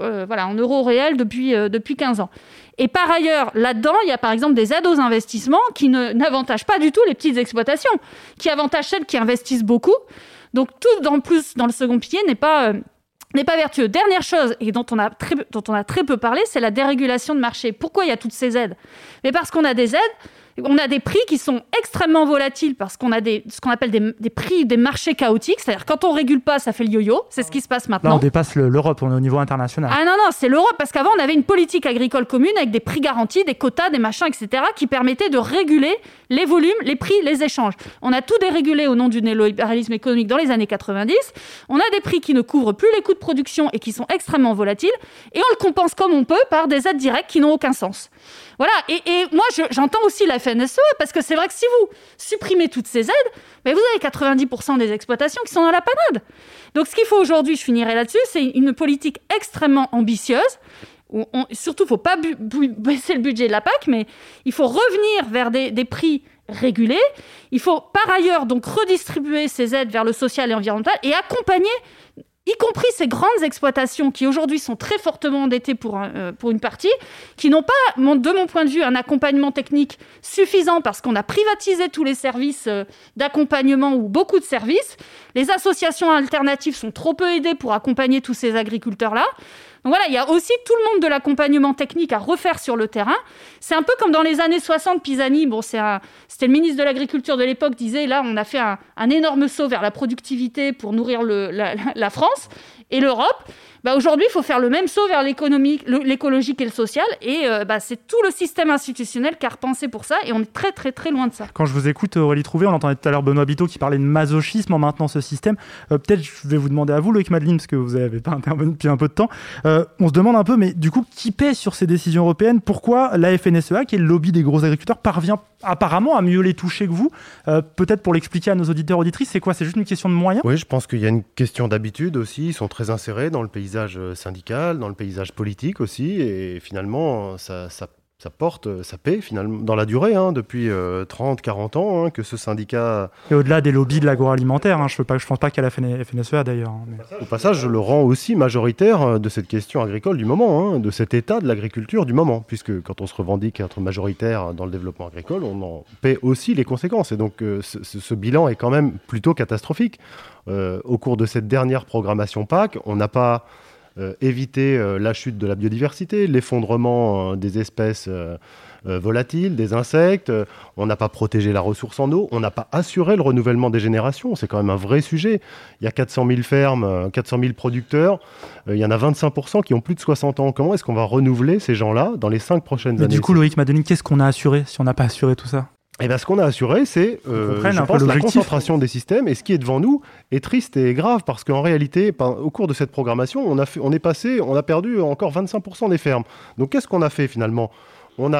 euros réels depuis 15 ans. Et par ailleurs, là-dedans, il y a par exemple des aides aux investissements qui n'avantagent pas du tout les petites exploitations, qui avantagent celles qui investissent beaucoup. Donc tout en plus dans le second pilier n'est pas vertueux. Dernière chose, et dont on a très peu parlé, c'est la dérégulation de marché. Pourquoi il y a toutes ces aides ? Mais parce qu'on a des aides, on a des prix qui sont extrêmement volatiles, parce qu'on a ce qu'on appelle des prix des marchés chaotiques, c'est-à-dire quand on ne régule pas, ça fait le yo-yo, c'est ce qui se passe maintenant.
Là, on dépasse l'Europe, on est au niveau international.
Ah non, c'est l'Europe, parce qu'avant, on avait une politique agricole commune avec des prix garantis, des quotas, des machins, etc., qui permettaient de réguler les volumes, les prix, les échanges. On a tout dérégulé au nom du néolibéralisme économique dans les années 90. On a des prix qui ne couvrent plus les coûts de production et qui sont extrêmement volatiles, et on le compense comme on peut par des aides directes qui n'ont aucun sens. Voilà, et moi, j'entends aussi la FNSEA, parce que c'est vrai que si vous supprimez toutes ces aides, vous avez 90% des exploitations qui sont dans la panade. Donc ce qu'il faut aujourd'hui, je finirai là-dessus, c'est une politique extrêmement ambitieuse. Surtout, il ne faut pas baisser le budget de la PAC, mais il faut revenir vers des prix régulés. Il faut par ailleurs donc redistribuer ces aides vers le social et environnemental et accompagner, y compris ces grandes exploitations qui aujourd'hui sont très fortement endettées pour une partie, qui n'ont pas, de mon point de vue, un accompagnement technique suffisant parce qu'on a privatisé tous les services d'accompagnement ou beaucoup de services. Les associations alternatives sont trop peu aidées pour accompagner tous ces agriculteurs-là. Donc voilà, il y a aussi tout le monde de l'accompagnement technique à refaire sur le terrain. C'est un peu comme dans les années 60, Pisani, c'était le ministre de l'Agriculture de l'époque, disait, là, on a fait un énorme saut vers la productivité pour nourrir la France et l'Europe. Aujourd'hui, il faut faire le même saut vers l'écologique et le social. Et c'est tout le système institutionnel qui a repensé pour ça. Et on est très, très, très loin de ça.
Quand je vous écoute, Aurélie Trouvé, on entendait tout à l'heure Benoît Biteau qui parlait de masochisme en maintenant ce système. Peut-être je vais vous demander à vous, Loïc Madeline, parce que vous n'avez pas intervenu depuis un peu de temps. On se demande un peu, mais du coup, qui pèse sur ces décisions européennes ? Pourquoi la FNSEA, qui est le lobby des gros agriculteurs, parvient apparemment à mieux les toucher que vous ? Peut-être pour l'expliquer à nos auditeurs et auditrices, c'est quoi ? C'est juste une question de moyens ?
Oui, je pense qu'il y a une question d'habitude aussi. Ils sont très insérés dans le paysage syndical, dans le paysage politique aussi, et finalement, ça ça paie finalement dans la durée, depuis 30-40 ans, que ce syndicat...
Et au-delà des lobbies de l'agroalimentaire, je pense pas qu'à la FNSEA d'ailleurs.
Au passage, je le rends aussi majoritaire de cette question agricole du moment, de cet état de l'agriculture du moment, puisque quand on se revendique être majoritaire dans le développement agricole, on en paie aussi les conséquences. Et donc ce bilan est quand même plutôt catastrophique. Au cours de cette dernière programmation PAC, on n'a pas... éviter la chute de la biodiversité, l'effondrement des espèces volatiles, des insectes, on n'a pas protégé la ressource en eau, on n'a pas assuré le renouvellement des générations, c'est quand même un vrai sujet. Il y a 400 000 fermes, 400 000 producteurs, il y en a 25% qui ont plus de 60 ans. Comment est-ce qu'on va renouveler ces gens-là dans les 5 prochaines années ?
Du coup, Loïc Madoni, qu'est-ce qu'on a assuré si on n'a pas assuré tout ça ?
Eh bien, ce qu'on a assuré, c'est je pense, la concentration des systèmes. Et ce qui est devant nous est triste et grave parce qu'en réalité, au cours de cette programmation, on a perdu encore 25% des fermes. Donc, qu'est-ce qu'on a fait finalement ? On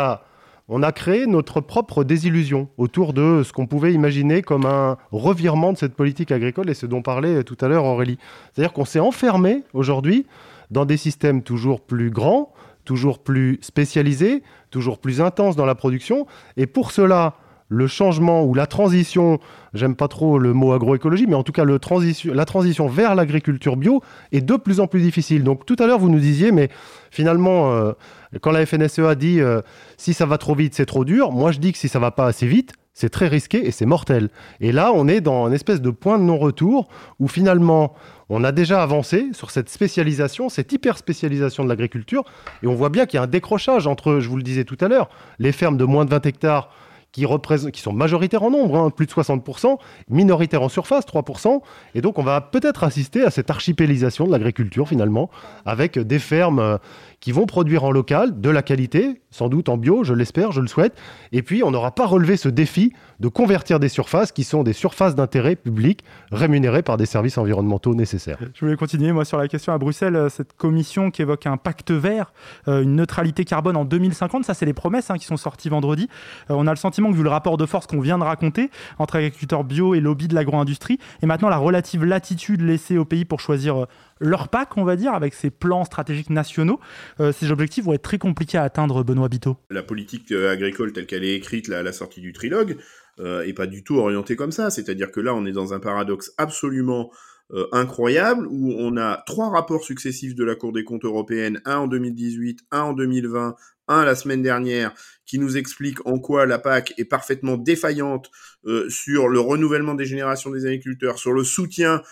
a créé notre propre désillusion autour de ce qu'on pouvait imaginer comme un revirement de cette politique agricole et ce dont parlait tout à l'heure Aurélie. C'est-à-dire qu'on s'est enfermé aujourd'hui dans des systèmes toujours plus grands, toujours plus spécialisés, toujours plus intenses dans la production. Et pour cela, le changement ou la transition, j'aime pas trop le mot agroécologie, mais en tout cas la transition vers l'agriculture bio est de plus en plus difficile. Donc tout à l'heure, vous nous disiez, mais finalement, quand la FNSEA dit si ça va trop vite, c'est trop dur, moi je dis que si ça va pas assez vite, c'est très risqué et c'est mortel. Et là, on est dans une espèce de point de non-retour où finalement, on a déjà avancé sur cette spécialisation, cette hyper-spécialisation de l'agriculture, et on voit bien qu'il y a un décrochage entre, je vous le disais tout à l'heure, les fermes de moins de 20 hectares qui sont majoritaires en nombre, plus de 60%, minoritaires en surface, 3%, et donc on va peut-être assister à cette archipélisation de l'agriculture finalement, avec des fermes qui vont produire en local de la qualité, sans doute en bio, je l'espère, je le souhaite, et puis on n'aura pas relevé ce défi de convertir des surfaces qui sont des surfaces d'intérêt public rémunérées par des services environnementaux nécessaires.
Je voulais continuer moi sur la question à Bruxelles, cette commission qui évoque un pacte vert, une neutralité carbone en 2050, ça c'est les promesses qui sont sorties vendredi. On a le sentiment que vu le rapport de force qu'on vient de raconter entre agriculteurs bio et lobby de l'agro-industrie, et maintenant la relative latitude laissée aux pays pour choisir leur PAC, on va dire, avec ces plans stratégiques nationaux, ces objectifs vont être très compliqués à atteindre, Benoît Biteau.
La politique agricole telle qu'elle est écrite là, à la sortie du trilogue est pas du tout orientée comme ça. C'est-à-dire que là, on est dans un paradoxe absolument incroyable où on a 3 rapports successifs de la Cour des comptes européenne, un en 2018, un en 2020, un la semaine dernière, qui nous explique en quoi la PAC est parfaitement défaillante sur le renouvellement des générations des agriculteurs, sur le soutien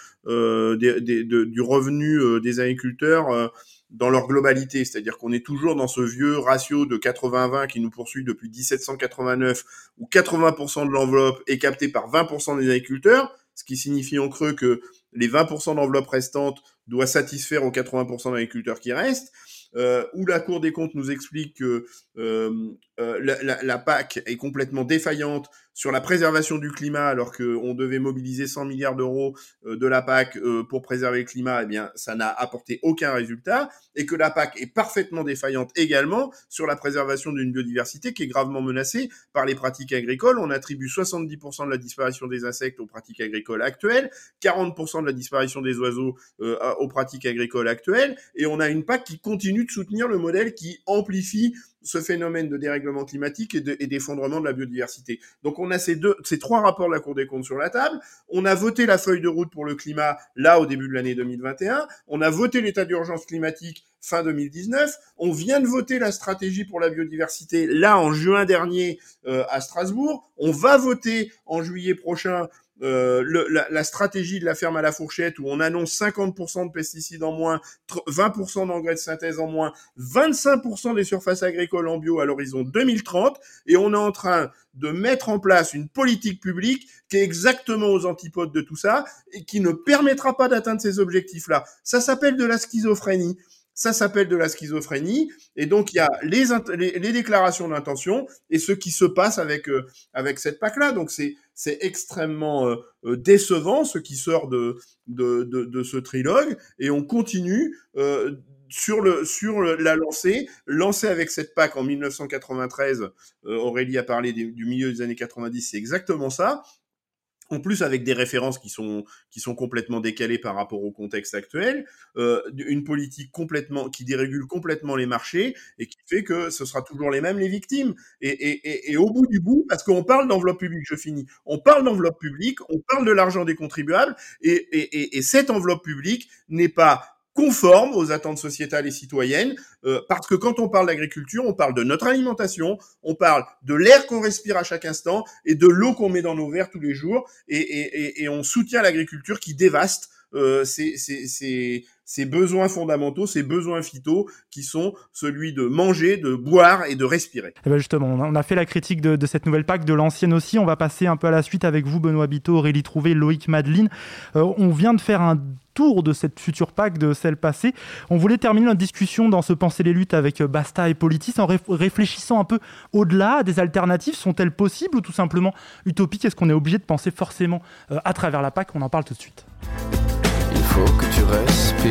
du revenu des agriculteurs dans leur globalité. C'est-à-dire qu'on est toujours dans ce vieux ratio de 80-20 qui nous poursuit depuis 1789, où 80% de l'enveloppe est captée par 20% des agriculteurs, ce qui signifie en creux que les 20% d'enveloppe restante doit satisfaire aux 80% d'agriculteurs qui restent. Où la Cour des comptes nous explique que la PAC est complètement défaillante sur la préservation du climat, alors qu'on devait mobiliser 100 milliards d'euros de la PAC pour préserver le climat, eh bien, ça n'a apporté aucun résultat, et que la PAC est parfaitement défaillante également sur la préservation d'une biodiversité qui est gravement menacée par les pratiques agricoles. On attribue 70% de la disparition des insectes aux pratiques agricoles actuelles, 40% de la disparition des oiseaux aux pratiques agricoles actuelles, et on a une PAC qui continue de soutenir le modèle qui amplifie ce phénomène de dérèglement climatique et d'effondrement de la biodiversité. Donc on a ces 3 rapports de la Cour des comptes sur la table. On a voté la feuille de route pour le climat là au début de l'année 2021. On a voté l'état d'urgence climatique fin 2019. On vient de voter la stratégie pour la biodiversité là en juin dernier à Strasbourg. On va voter en juillet prochain la stratégie de la ferme à la fourchette où on annonce 50% de pesticides en moins, 20% d'engrais de synthèse en moins, 25% des surfaces agricoles en bio à l'horizon 2030, et on est en train de mettre en place une politique publique qui est exactement aux antipodes de tout ça et qui ne permettra pas d'atteindre ces objectifs-là. Ça s'appelle de la schizophrénie. Et donc il y a les déclarations d'intention et ce qui se passe avec cette PAC-là. Donc c'est extrêmement décevant ce qui sort de ce trilogue, et on continue sur la lancée avec cette PAC en 1993. Aurélie a parlé du milieu des années 90, c'est exactement ça. en plus avec des références qui sont complètement décalées par rapport au contexte actuel, une politique qui dérégule complètement les marchés et qui fait que ce sera toujours les mêmes les victimes. Et au bout du bout, parce qu'on parle d'enveloppe publique, je finis, on parle d'enveloppe publique, on parle de l'argent des contribuables, et cette enveloppe publique n'est pas conforme aux attentes sociétales et citoyennes, parce que quand on parle d'agriculture, on parle de notre alimentation, on parle de l'air qu'on respire à chaque instant et de l'eau qu'on met dans nos verres tous les jours, et on soutient l'agriculture qui dévaste ces besoins fondamentaux, ces besoins phyto qui sont celui de manger, de boire et de respirer.
Et ben justement, on a fait la critique de cette nouvelle PAC, de l'ancienne aussi. On va passer un peu à la suite avec vous, Benoît Biteau, Aurélie Trouvé, Loïc Madeline. On vient de faire un tour de cette future PAC, de celle passée. On voulait terminer notre discussion dans ce Penser les luttes avec Basta et Politis en réfléchissant un peu au-delà. Des alternatives sont-elles possibles ou tout simplement utopiques? Est-ce qu'on est obligé de penser forcément à travers la PAC? On en parle tout de suite.
Il faut que tu respires.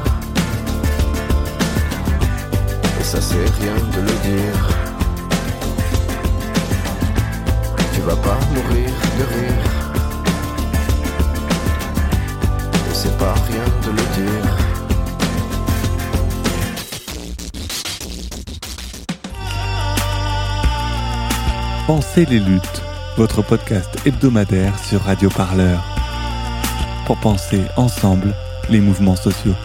Et ça c'est rien de le dire. Tu vas pas mourir de rire. Et c'est pas rien de le dire.
Pensez les luttes, votre podcast hebdomadaire sur Radio Parleur. Pour penser ensemble les mouvements sociaux.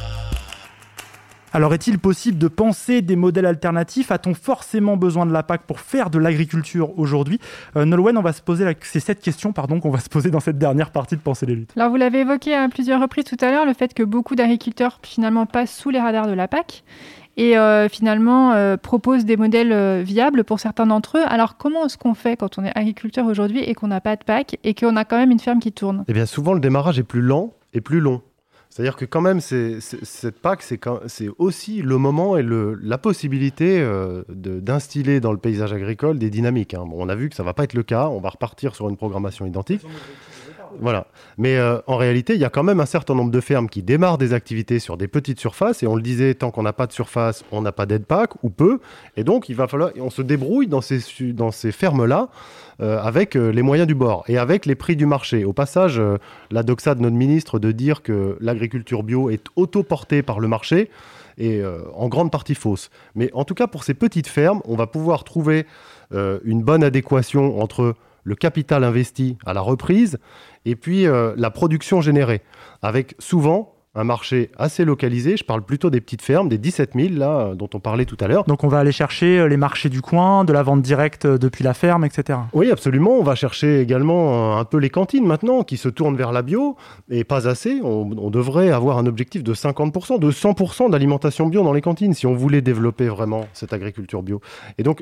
Alors, est-il possible de penser des modèles alternatifs? A-t-on forcément besoin de la PAC pour faire de l'agriculture aujourd'hui? Nolwenn, c'est cette question qu'on va se poser dans cette dernière partie de Penser les luttes.
Alors, vous l'avez évoqué à plusieurs reprises tout à l'heure, le fait que beaucoup d'agriculteurs finalement passent sous les radars de la PAC et finalement proposent des modèles viables pour certains d'entre eux. Alors, comment est-ce qu'on fait quand on est agriculteur aujourd'hui et qu'on n'a pas de PAC et qu'on a quand même une ferme qui tourne?
Eh bien, souvent, le démarrage est plus lent et plus long. C'est-à-dire que quand même, cette PAC, c'est aussi le moment et la possibilité d'instiller dans le paysage agricole des dynamiques. Bon, on a vu que ça ne va pas être le cas, on va repartir sur une programmation identique. Voilà. Mais en réalité, il y a quand même un certain nombre de fermes qui démarrent des activités sur des petites surfaces. Et on le disait, tant qu'on n'a pas de surface, on n'a pas d'aide PAC ou peu. Et donc, il va falloir, on se débrouille dans ces fermes-là avec les moyens du bord et avec les prix du marché. Au passage, la doxa de notre ministre de dire que l'agriculture bio est autoportée par le marché est en grande partie fausse. Mais en tout cas, pour ces petites fermes, on va pouvoir trouver une bonne adéquation entre le capital investi à la reprise et puis la production générée, avec souvent un marché assez localisé. Je parle plutôt des petites fermes, des 17 000 là, dont on parlait tout à l'heure.
Donc on va aller chercher les marchés du coin, de la vente directe depuis la ferme, etc.
Oui, absolument. On va chercher également un peu les cantines maintenant, qui se tournent vers la bio, et pas assez. On devrait avoir un objectif de 50%, de 100% d'alimentation bio dans les cantines, si on voulait développer vraiment cette agriculture bio. Et donc,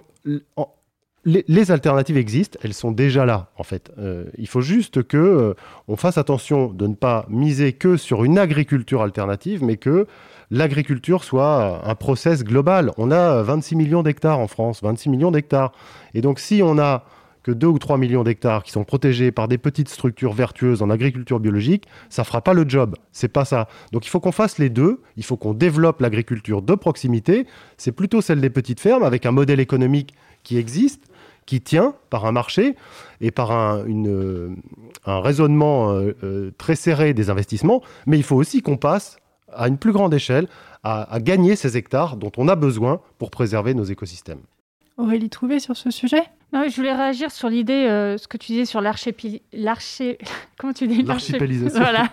les alternatives existent, elles sont déjà là, en fait. Il faut juste qu'on fasse attention de ne pas miser que sur une agriculture alternative, mais que l'agriculture soit un process global. On a 26 millions d'hectares en France, 26 millions d'hectares. Et donc, si on a que 2 ou 3 millions d'hectares qui sont protégés par des petites structures vertueuses en agriculture biologique, ça ne fera pas le job. C'est pas ça. Donc, il faut qu'on fasse les deux. Il faut qu'on développe l'agriculture de proximité. C'est plutôt celle des petites fermes, avec un modèle économique qui existe, qui tient par un marché et par un raisonnement très serré des investissements, mais il faut aussi qu'on passe à une plus grande échelle à gagner ces hectares dont on a besoin pour préserver nos écosystèmes.
Aurélie Trouvé sur ce sujet?
Non, je voulais réagir sur l'idée, ce que tu disais sur comment tu dis?
L'archipélisation.
Voilà.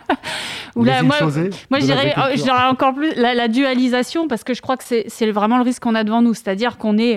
Moi je dirais encore plus la dualisation, parce que je crois que c'est vraiment le risque qu'on a devant nous, c'est-à-dire qu'on est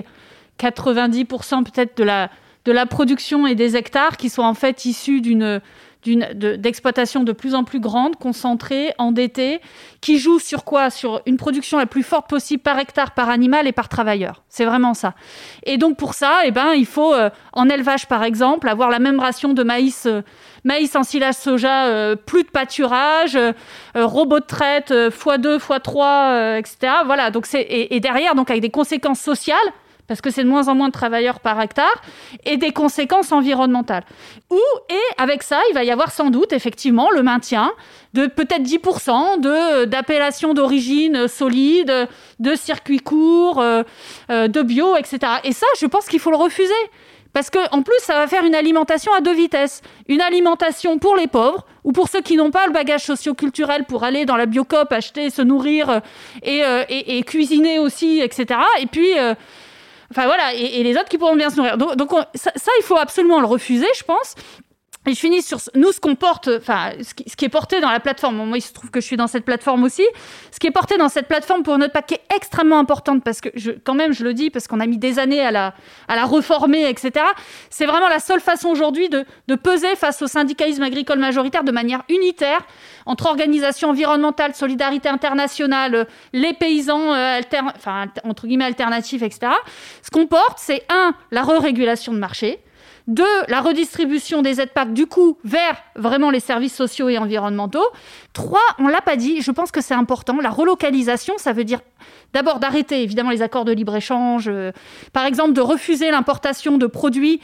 90% peut-être de la production et des hectares qui sont en fait issus d'exploitations de plus en plus grandes, concentrées, endettées, qui jouent sur quoi? Sur une production la plus forte possible par hectare, par animal et par travailleur. C'est vraiment ça. Et donc pour ça, il faut, en élevage par exemple, avoir la même ration de maïs ensilage soja, plus de pâturage, robot de traite, x2, x3, etc. Voilà, donc et derrière, donc avec des conséquences sociales, parce que c'est de moins en moins de travailleurs par hectare, et des conséquences environnementales. Et avec ça, il va y avoir sans doute, effectivement, le maintien de peut-être 10% d'appellations d'origine solide, de circuits courts, de bio, etc. Et ça, je pense qu'il faut le refuser. Parce que en plus, ça va faire une alimentation à 2 vitesses. Une alimentation pour les pauvres ou pour ceux qui n'ont pas le bagage socio-culturel pour aller dans la Biocoop, acheter, se nourrir et cuisiner aussi, etc. Et puis, voilà, et les autres qui pourront bien se nourrir. Donc ça, il faut absolument le refuser, je pense. Et je finis sur nous, ce qu'on porte, ce qui est porté dans la plateforme. Bon, moi, il se trouve que je suis dans cette plateforme aussi. Ce qui est porté dans cette plateforme pour notre PAC qui est extrêmement importante, parce que je le dis, parce qu'on a mis des années à la reformer, etc. C'est vraiment la seule façon aujourd'hui de peser face au syndicalisme agricole majoritaire de manière unitaire, entre organisations environnementales, solidarité internationale, les paysans, entre guillemets, alternatifs, etc. Ce qu'on porte, c'est 1, la re-régulation de marché. 2, la redistribution des aides PAC, du coup, vers vraiment les services sociaux et environnementaux. 3, on ne l'a pas dit, je pense que c'est important, la relocalisation, ça veut dire d'abord d'arrêter, évidemment, les accords de libre-échange, par exemple, de refuser l'importation de produits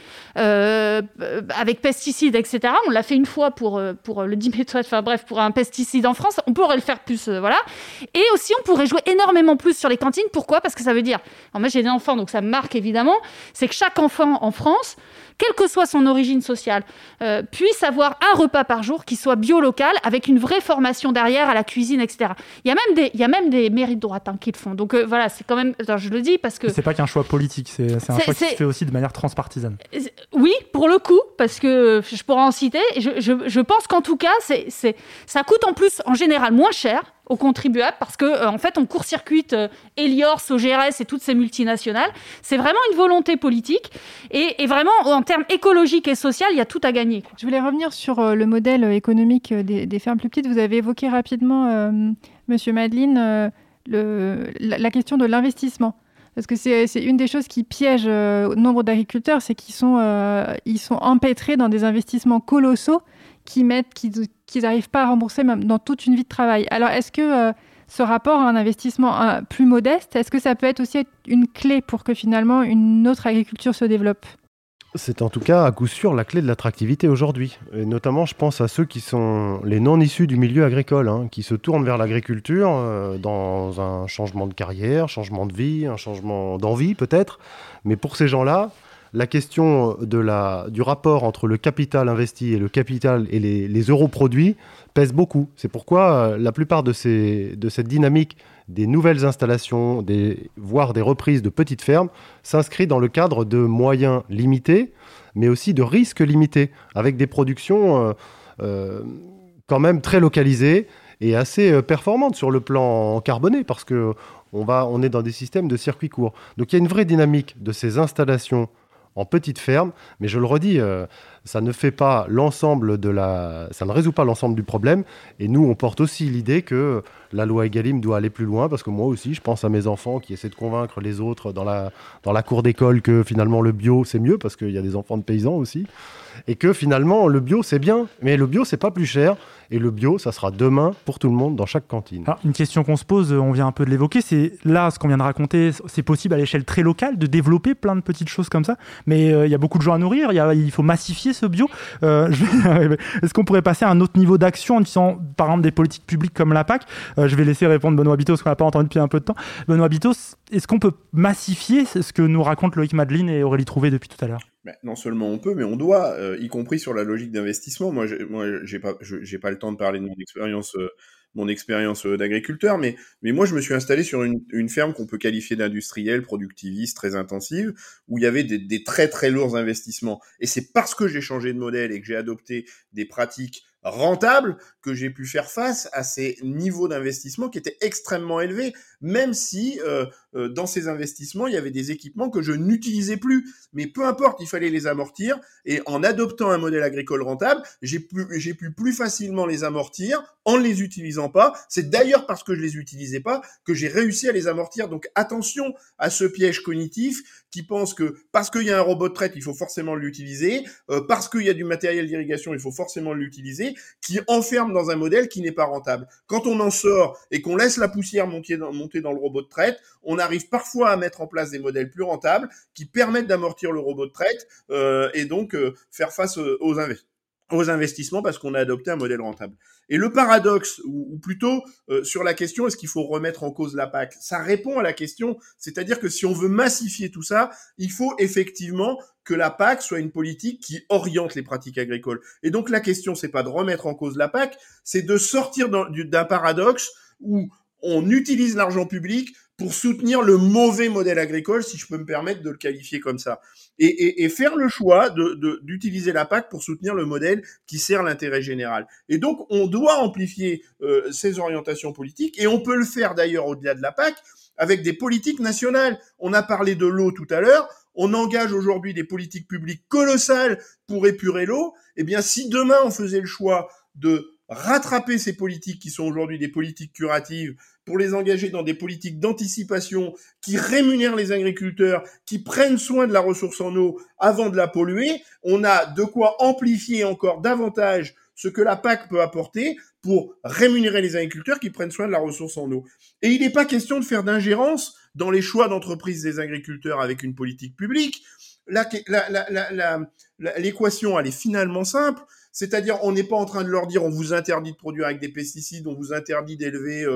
avec pesticides, etc. On l'a fait une fois pour le diméthoate, pour un pesticide en France, on pourrait le faire plus, voilà. Et aussi, on pourrait jouer énormément plus sur les cantines. Pourquoi ? Parce que ça veut dire, alors moi j'ai des enfants, donc ça me marque évidemment, c'est que chaque enfant en France, quelle que soit son origine sociale, puisse avoir un repas par jour qui soit bio-local, avec une vraie formation derrière à la cuisine, etc. Il y a même des mairies de droite qui le font. Donc voilà, c'est quand même... Alors, je le dis parce que...
C'est pas qu'un choix politique, c'est un choix qui se fait aussi de manière transpartisane.
Oui, pour le coup, parce que je pourrais en citer. Je pense qu'en tout cas, ça coûte en plus, en général, moins cher aux contribuables, parce que en fait on court-circuite Elior, OGRS et toutes ces multinationales. C'est vraiment une volonté politique et vraiment en termes écologiques et sociaux, il y a tout à gagner.
Je voulais revenir sur le modèle économique des fermes plus petites. Vous avez évoqué rapidement, Monsieur Madeline, la question de l'investissement. Parce que c'est une des choses qui piège nombre d'agriculteurs, c'est qu'ils sont empêtrés dans des investissements colossaux qu'ils n'arrivent pas à rembourser même dans toute une vie de travail. Alors, est-ce que ce rapport à un investissement plus modeste, est-ce que ça peut être aussi une clé pour que finalement une autre agriculture se développe ?
C'est en tout cas à coup sûr la clé de l'attractivité aujourd'hui. Et notamment, je pense à ceux qui sont les non-issus du milieu agricole, qui se tournent vers l'agriculture dans un changement de carrière, changement de vie, un changement d'envie peut-être. Mais pour ces gens-là, la question du rapport entre le capital investi et le capital et les euros produits pèse beaucoup. C'est pourquoi la plupart de cette dynamique des nouvelles installations, voire des reprises de petites fermes, s'inscrit dans le cadre de moyens limités, mais aussi de risques limités, avec des productions quand même très localisées et assez performantes sur le plan carboné, parce qu'on est dans des systèmes de circuits courts. Donc il y a une vraie dynamique de ces installations en petite ferme, mais je le redis, ça ne résout pas l'ensemble du problème. Et nous, on porte aussi l'idée que la loi Egalim doit aller plus loin, parce que moi aussi, je pense à mes enfants qui essaient de convaincre les autres dans la cour d'école que finalement le bio, c'est mieux, parce qu'il y a des enfants de paysans aussi, et que finalement le bio, c'est bien, mais le bio, c'est pas plus cher. Et le bio, ça sera demain pour tout le monde dans chaque cantine.
Alors, une question qu'on se pose, on vient un peu de l'évoquer, c'est là, ce qu'on vient de raconter, c'est possible à l'échelle très locale de développer plein de petites choses comme ça, mais il y a beaucoup de gens à nourrir, il faut massifier ce bio. Est-ce qu'on pourrait passer à un autre niveau d'action en disant, par exemple, des politiques publiques comme la PAC ? Je vais laisser répondre Benoît Bitos, parce qu'on n'a pas entendu depuis un peu de temps. Benoît Bitos, est-ce qu'on peut massifier ce que nous racontent Loïc Madeline et Aurélie Trouvé depuis tout à l'heure ?
Non seulement on peut, mais on doit, y compris sur la logique d'investissement. Moi, j'ai pas le temps de parler de mon expérience d'agriculteur, mais moi, je me suis installé sur une ferme qu'on peut qualifier d'industrielle, productiviste, très intensive, où il y avait des très très lourds investissements. Et c'est parce que j'ai changé de modèle et que j'ai adopté des pratiques rentables que j'ai pu faire face à ces niveaux d'investissement qui étaient extrêmement élevés, même si dans ces investissements, il y avait des équipements que je n'utilisais plus. Mais peu importe, il fallait les amortir. Et en adoptant un modèle agricole rentable, j'ai pu plus facilement les amortir en ne les utilisant pas. C'est d'ailleurs parce que je les utilisais pas que j'ai réussi à les amortir. Donc attention à ce piège cognitif qui pense que parce qu'il y a un robot de traite, il faut forcément l'utiliser, parce qu'il y a du matériel d'irrigation, il faut forcément l'utiliser, qui enferme dans un modèle qui n'est pas rentable. Quand on en sort et qu'on laisse la poussière monter dans le robot de traite, on arrive parfois à mettre en place des modèles plus rentables qui permettent d'amortir le robot de traite et donc faire face aux investissements. aux investissements parce qu'on a adopté un modèle rentable. Et le paradoxe, ou plutôt sur la question est-ce qu'il faut remettre en cause la PAC, ça répond à la question, c'est-à-dire que si on veut massifier tout ça, il faut effectivement que la PAC soit une politique qui oriente les pratiques agricoles. Et donc la question, c'est pas de remettre en cause la PAC, c'est de sortir d'un paradoxe où on utilise l'argent public pour soutenir le mauvais modèle agricole, si je peux me permettre de le qualifier comme ça. Et faire le choix d'utiliser la PAC pour soutenir le modèle qui sert l'intérêt général. Et donc, on doit amplifier ces orientations politiques, et on peut le faire d'ailleurs au-delà de la PAC, avec des politiques nationales. On a parlé de l'eau tout à l'heure, on engage aujourd'hui des politiques publiques colossales pour épurer l'eau. Eh bien, si demain on faisait le choix de rattraper ces politiques qui sont aujourd'hui des politiques curatives pour les engager dans des politiques d'anticipation qui rémunèrent les agriculteurs, qui prennent soin de la ressource en eau avant de la polluer, on a de quoi amplifier encore davantage ce que la PAC peut apporter pour rémunérer les agriculteurs qui prennent soin de la ressource en eau. Et il n'est pas question de faire d'ingérence dans les choix d'entreprise des agriculteurs avec une politique publique. L'équation, elle est finalement simple. C'est-à-dire, on n'est pas en train de leur dire on vous interdit de produire avec des pesticides, on vous interdit d'élever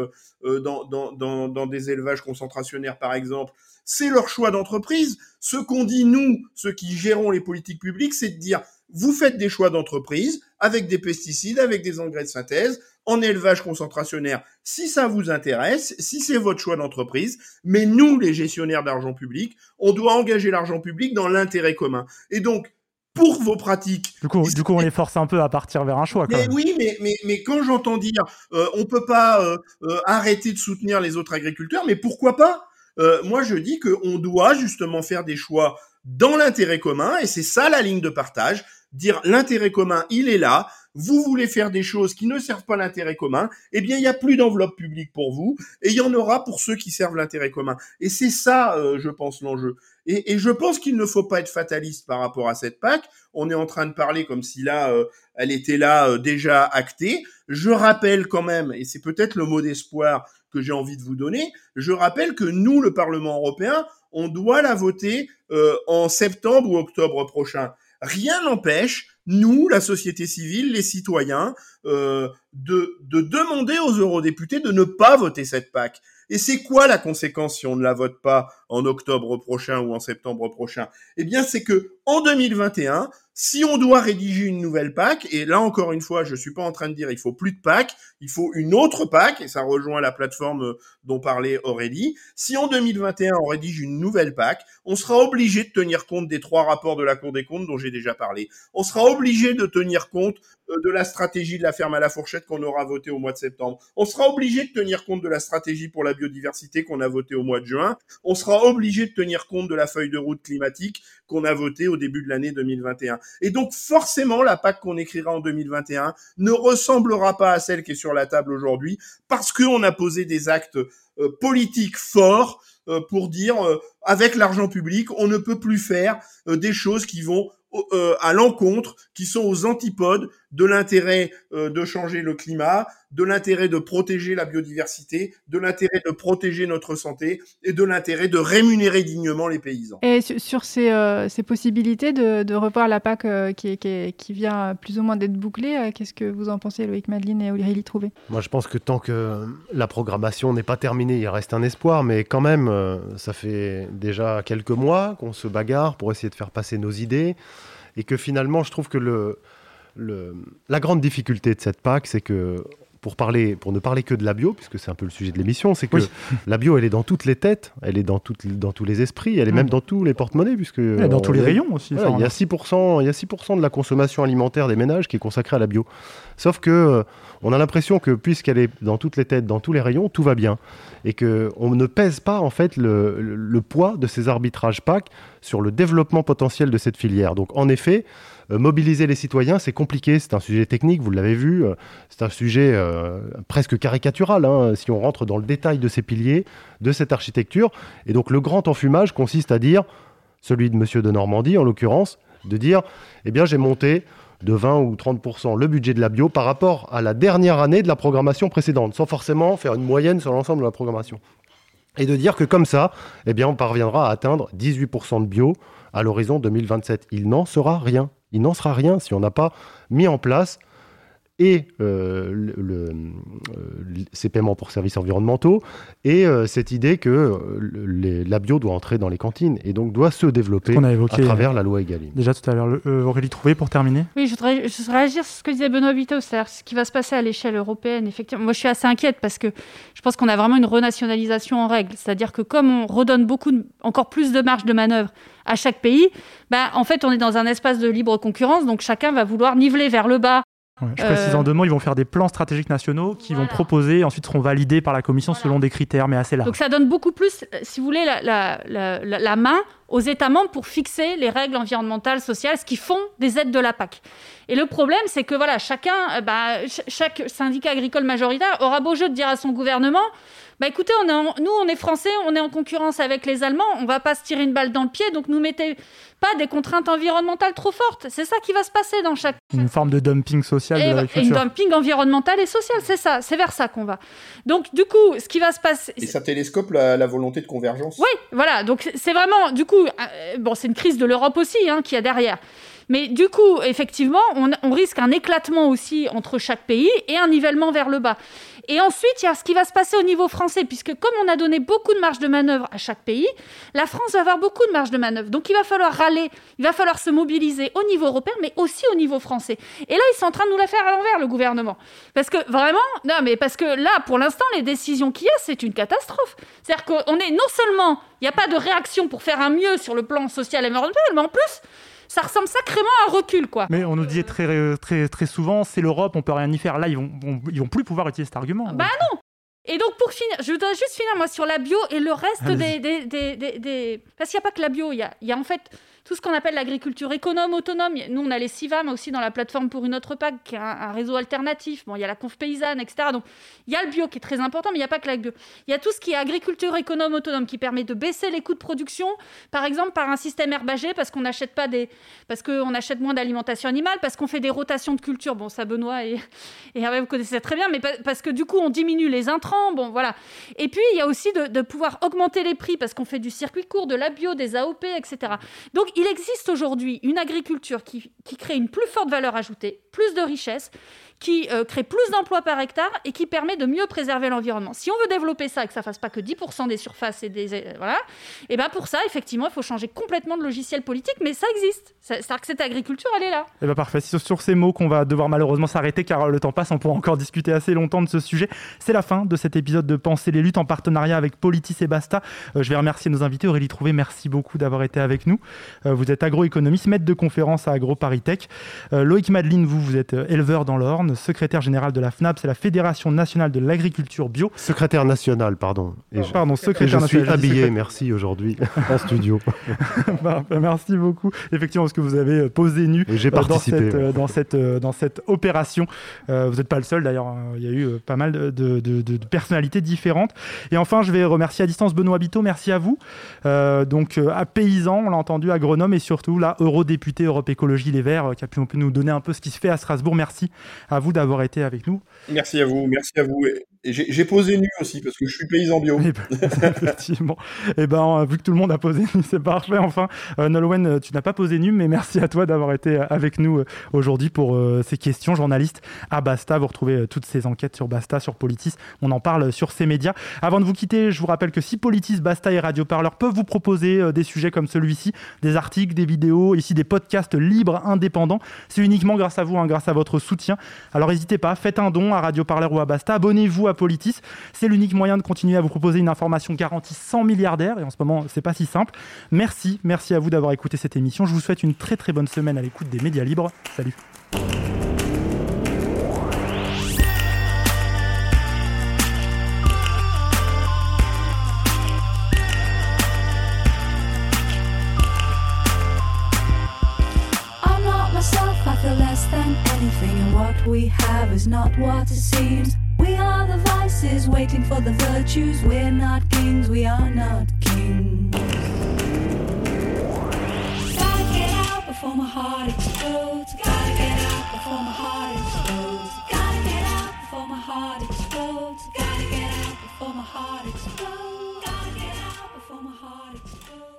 dans des élevages concentrationnaires, par exemple. C'est leur choix d'entreprise. Ce qu'on dit, nous, ceux qui gérons les politiques publiques, c'est de dire vous faites des choix d'entreprise avec des pesticides, avec des engrais de synthèse, en élevage concentrationnaire, si ça vous intéresse, si c'est votre choix d'entreprise. Mais nous, les gestionnaires d'argent public, on doit engager l'argent public dans l'intérêt commun. Et donc, pour vos pratiques.
Du coup, on les force un peu à partir vers un choix. Quand même.
Oui, mais quand j'entends dire on peut pas arrêter de soutenir les autres agriculteurs, mais pourquoi pas ? Moi, je dis qu'on doit justement faire des choix dans l'intérêt commun, et c'est ça la ligne de partage. Dire l'intérêt commun, il est là. Vous voulez faire des choses qui ne servent pas l'intérêt commun, eh bien, il n'y a plus d'enveloppe publique pour vous, et il y en aura pour ceux qui servent l'intérêt commun. Et c'est ça, je pense, l'enjeu. Et je pense qu'il ne faut pas être fataliste par rapport à cette PAC. On est en train de parler comme si là, elle était là déjà actée. Je rappelle quand même, et c'est peut-être le mot d'espoir que j'ai envie de vous donner, je rappelle que nous, le Parlement européen, on doit la voter en septembre ou octobre prochain. Rien n'empêche, nous, la société civile, les citoyens, de demander aux eurodéputés de ne pas voter cette PAC. Et c'est quoi la conséquence si on ne la vote pas en octobre prochain ou en septembre prochain ? Eh bien, c'est que en 2021, si on doit rédiger une nouvelle PAC, et là encore une fois, je suis pas en train de dire il faut plus de PAC, il faut une autre PAC, et ça rejoint la plateforme dont parlait Aurélie. Si en 2021 on rédige une nouvelle PAC, on sera obligé de tenir compte des 3 rapports de la Cour des comptes dont j'ai déjà parlé. On sera obligé de tenir compte de la stratégie de la ferme à la fourchette qu'on aura votée au mois de septembre. On sera obligé de tenir compte de la stratégie pour la biodiversité qu'on a votée au mois de juin. On sera obligé de tenir compte de la feuille de route climatique qu'on a votée au début de l'année 2021. Et donc, forcément, la PAC qu'on écrira en 2021 ne ressemblera pas à celle qui est sur la table aujourd'hui parce qu'on a posé des actes politiques forts pour dire, avec l'argent public, on ne peut plus faire des choses qui vont à l'encontre, qui sont aux antipodes de l'intérêt de changer le climat, de l'intérêt de protéger la biodiversité, de l'intérêt de protéger notre santé et de l'intérêt de rémunérer dignement les paysans.
Et sur ces possibilités de revoir la PAC qui vient plus ou moins d'être bouclée, qu'est-ce que vous en pensez, Loïc Madeline et Aurélie Trouvé ?
Moi, je pense que tant que la programmation n'est pas terminée, il reste un espoir, mais quand même, ça fait déjà quelques mois qu'on se bagarre pour essayer de faire passer nos idées, et que finalement, je trouve que la grande difficulté de cette PAC, c'est que pour ne parler que de la bio, puisque c'est un peu le sujet de l'émission, c'est que la bio, elle est dans toutes les têtes, elle est dans tous les esprits, elle est même dans tous les porte-monnaies, puisque
dans tous les rayons aussi.
Voilà, il y a 6% de la consommation alimentaire des ménages qui est consacrée à la bio. Sauf que on a l'impression que puisqu'elle est dans toutes les têtes, dans tous les rayons, tout va bien, et que on ne pèse pas en fait le poids de ces arbitrages PAC sur le développement potentiel de cette filière. Donc en effet, mobiliser les citoyens, c'est compliqué, c'est un sujet technique, vous l'avez vu, c'est un sujet presque caricatural, si on rentre dans le détail de ces piliers, de cette architecture. Et donc le grand enfumage consiste à dire, celui de Monsieur de Normandie en l'occurrence, de dire, eh bien j'ai monté de 20 ou 30% le budget de la bio par rapport à la dernière année de la programmation précédente, sans forcément faire une moyenne sur l'ensemble de la programmation. Et de dire que comme ça, eh bien, on parviendra à atteindre 18% de bio à l'horizon 2027. Il n'en sera rien. Il n'en sera rien si on n'a pas mis en place et ces paiements pour services environnementaux et cette idée que la bio doit entrer dans les cantines et donc doit se développer à travers la loi Egalim.
Déjà tout à l'heure, Aurélie Trouvé, pour terminer.
Oui, je voudrais réagir sur ce que disait Benoît Vito, c'est-à-dire ce qui va se passer à l'échelle européenne. Effectivement, moi je suis assez inquiète parce que je pense qu'on a vraiment une renationalisation en règle, c'est-à-dire que comme on redonne encore plus de marge de manœuvre à chaque pays, en fait on est dans un espace de libre concurrence, donc chacun va vouloir niveler vers le bas.
Ouais, je précise en 2 mots, ils vont faire des plans stratégiques nationaux qui vont proposer, ensuite seront validés par la Commission selon des critères, mais assez larges.
Donc ça donne beaucoup plus, si vous voulez, la main aux États membres pour fixer les règles environnementales, sociales, ce qui font des aides de la PAC. Et le problème, c'est que voilà, chaque syndicat agricole majoritaire aura beau jeu de dire à son gouvernement, écoutez, nous on est français, on est en concurrence avec les Allemands, on va pas se tirer une balle dans le pied, donc nous mettez pas des contraintes environnementales trop fortes. C'est ça qui va se passer dans chaque...
Une forme de dumping social de l'agriculture.
Et un dumping environnemental et social, c'est ça, c'est vers ça qu'on va. Donc du coup, ce qui va se passer...
Et ça télescope la volonté de convergence.
Oui, voilà, donc c'est vraiment, du coup, c'est une crise de l'Europe aussi qu'il y a derrière. Mais du coup, effectivement, on risque un éclatement aussi entre chaque pays et un nivellement vers le bas. Et ensuite, il y a ce qui va se passer au niveau français, puisque comme on a donné beaucoup de marge de manœuvre à chaque pays, la France va avoir beaucoup de marge de manœuvre. Donc il va falloir râler, il va falloir se mobiliser au niveau européen, mais aussi au niveau français. Et là, ils sont en train de nous la faire à l'envers, le gouvernement. Parce que vraiment, parce que là, pour l'instant, les décisions qu'il y a, c'est une catastrophe. C'est-à-dire qu'on est non seulement, il n'y a pas de réaction pour faire un mieux sur le plan social et environnemental, mais en plus... ça ressemble sacrément à un recul, quoi.
Mais on nous dit très souvent, c'est l'Europe, on peut rien y faire. Là, ils vont plus pouvoir utiliser cet argument.
Non. Et donc pour finir, je dois juste finir moi sur la bio et le reste des... Parce qu'il n'y a pas que la bio, il y a en fait tout ce qu'on appelle l'agriculture économe, autonome. Nous, on a les CIVAM aussi dans la plateforme pour une autre PAC, qui est un réseau alternatif. Bon, il y a la Conf paysanne, etc. Donc, il y a le bio qui est très important, mais il n'y a pas que la bio. Il y a tout ce qui est agriculture économe, autonome, qui permet de baisser les coûts de production, par exemple par un système herbagé, parce qu'on achète moins d'alimentation animale, parce qu'on fait des rotations de culture. Bon, ça, Benoît et Hervé, vous connaissez ça très bien, mais parce que du coup, on diminue les intrants. Bon, voilà. Et puis, il y a aussi de pouvoir augmenter les prix, parce qu'on fait du circuit court, de la bio, des AOP, etc. Donc, il existe aujourd'hui une agriculture qui crée une plus forte valeur ajoutée, plus de richesse, qui crée plus d'emplois par hectare et qui permet de mieux préserver l'environnement. Si on veut développer ça et que ça ne fasse pas que 10% des surfaces et et pour ça, effectivement, il faut changer complètement de logiciel politique, mais ça existe. C'est-à-dire que cette agriculture, elle est là.
Et parfait. C'est sur ces mots qu'on va devoir malheureusement s'arrêter car le temps passe, on pourra encore discuter assez longtemps de ce sujet. C'est la fin de cet épisode de Penser les luttes en partenariat avec Politis et Basta. Je vais remercier nos invités. Aurélie Trouvé, merci beaucoup d'avoir été avec nous. Vous êtes agroéconomiste, maître de conférence à AgroParisTech. Loïc Madeline, vous êtes éleveur dans l'Orne, secrétaire général de la FNAB, c'est la Fédération nationale de l'agriculture bio.
Secrétaire national, pardon.
Secrétaire
national. Je suis habillé, merci, aujourd'hui, en studio.
Merci beaucoup. Effectivement, parce que vous avez posé nu dans cette opération. Vous n'êtes pas le seul, d'ailleurs. Il y a eu pas mal de personnalités différentes. Et enfin, je vais remercier à distance Benoît Vito. Merci à vous. À paysan, on l'a entendu, agronome et surtout, là, eurodéputé Europe Écologie Les Verts, qui a pu nous donner un peu ce qui se fait à Strasbourg. Merci à vous d'avoir été avec nous.
Merci à vous. Et j'ai posé nu aussi, parce que je suis paysan bio.
Effectivement. Vu que tout le monde a posé nu, c'est parfait. Enfin, Nolwenn, tu n'as pas posé nu, mais merci à toi d'avoir été avec nous aujourd'hui pour ces questions. Journaliste à Basta, vous retrouvez toutes ces enquêtes sur Basta, sur Politis. On en parle sur ces médias. Avant de vous quitter, je vous rappelle que si Politis, Basta et Radio Parleur peuvent vous proposer des sujets comme celui-ci, des articles, des vidéos, ici des podcasts libres, indépendants, c'est uniquement grâce à vous, grâce à votre soutien. Alors n'hésitez pas, faites un don à Radio Parleur ou à Basta, abonnez-vous à Politis, c'est l'unique moyen de continuer à vous proposer une information garantie sans milliardaire, et en ce moment c'est pas si simple. Merci à vous d'avoir écouté cette émission, je vous souhaite une très très bonne semaine à l'écoute des médias libres. Salut.
What we have is not what it seems. We are the vices waiting for the virtues. We're not kings, we are not kings. Gotta get out before my heart explodes. Gotta get out before my heart explodes. Gotta get out before my heart explodes. Gotta get out before my heart explodes. Gotta get out before my heart explodes.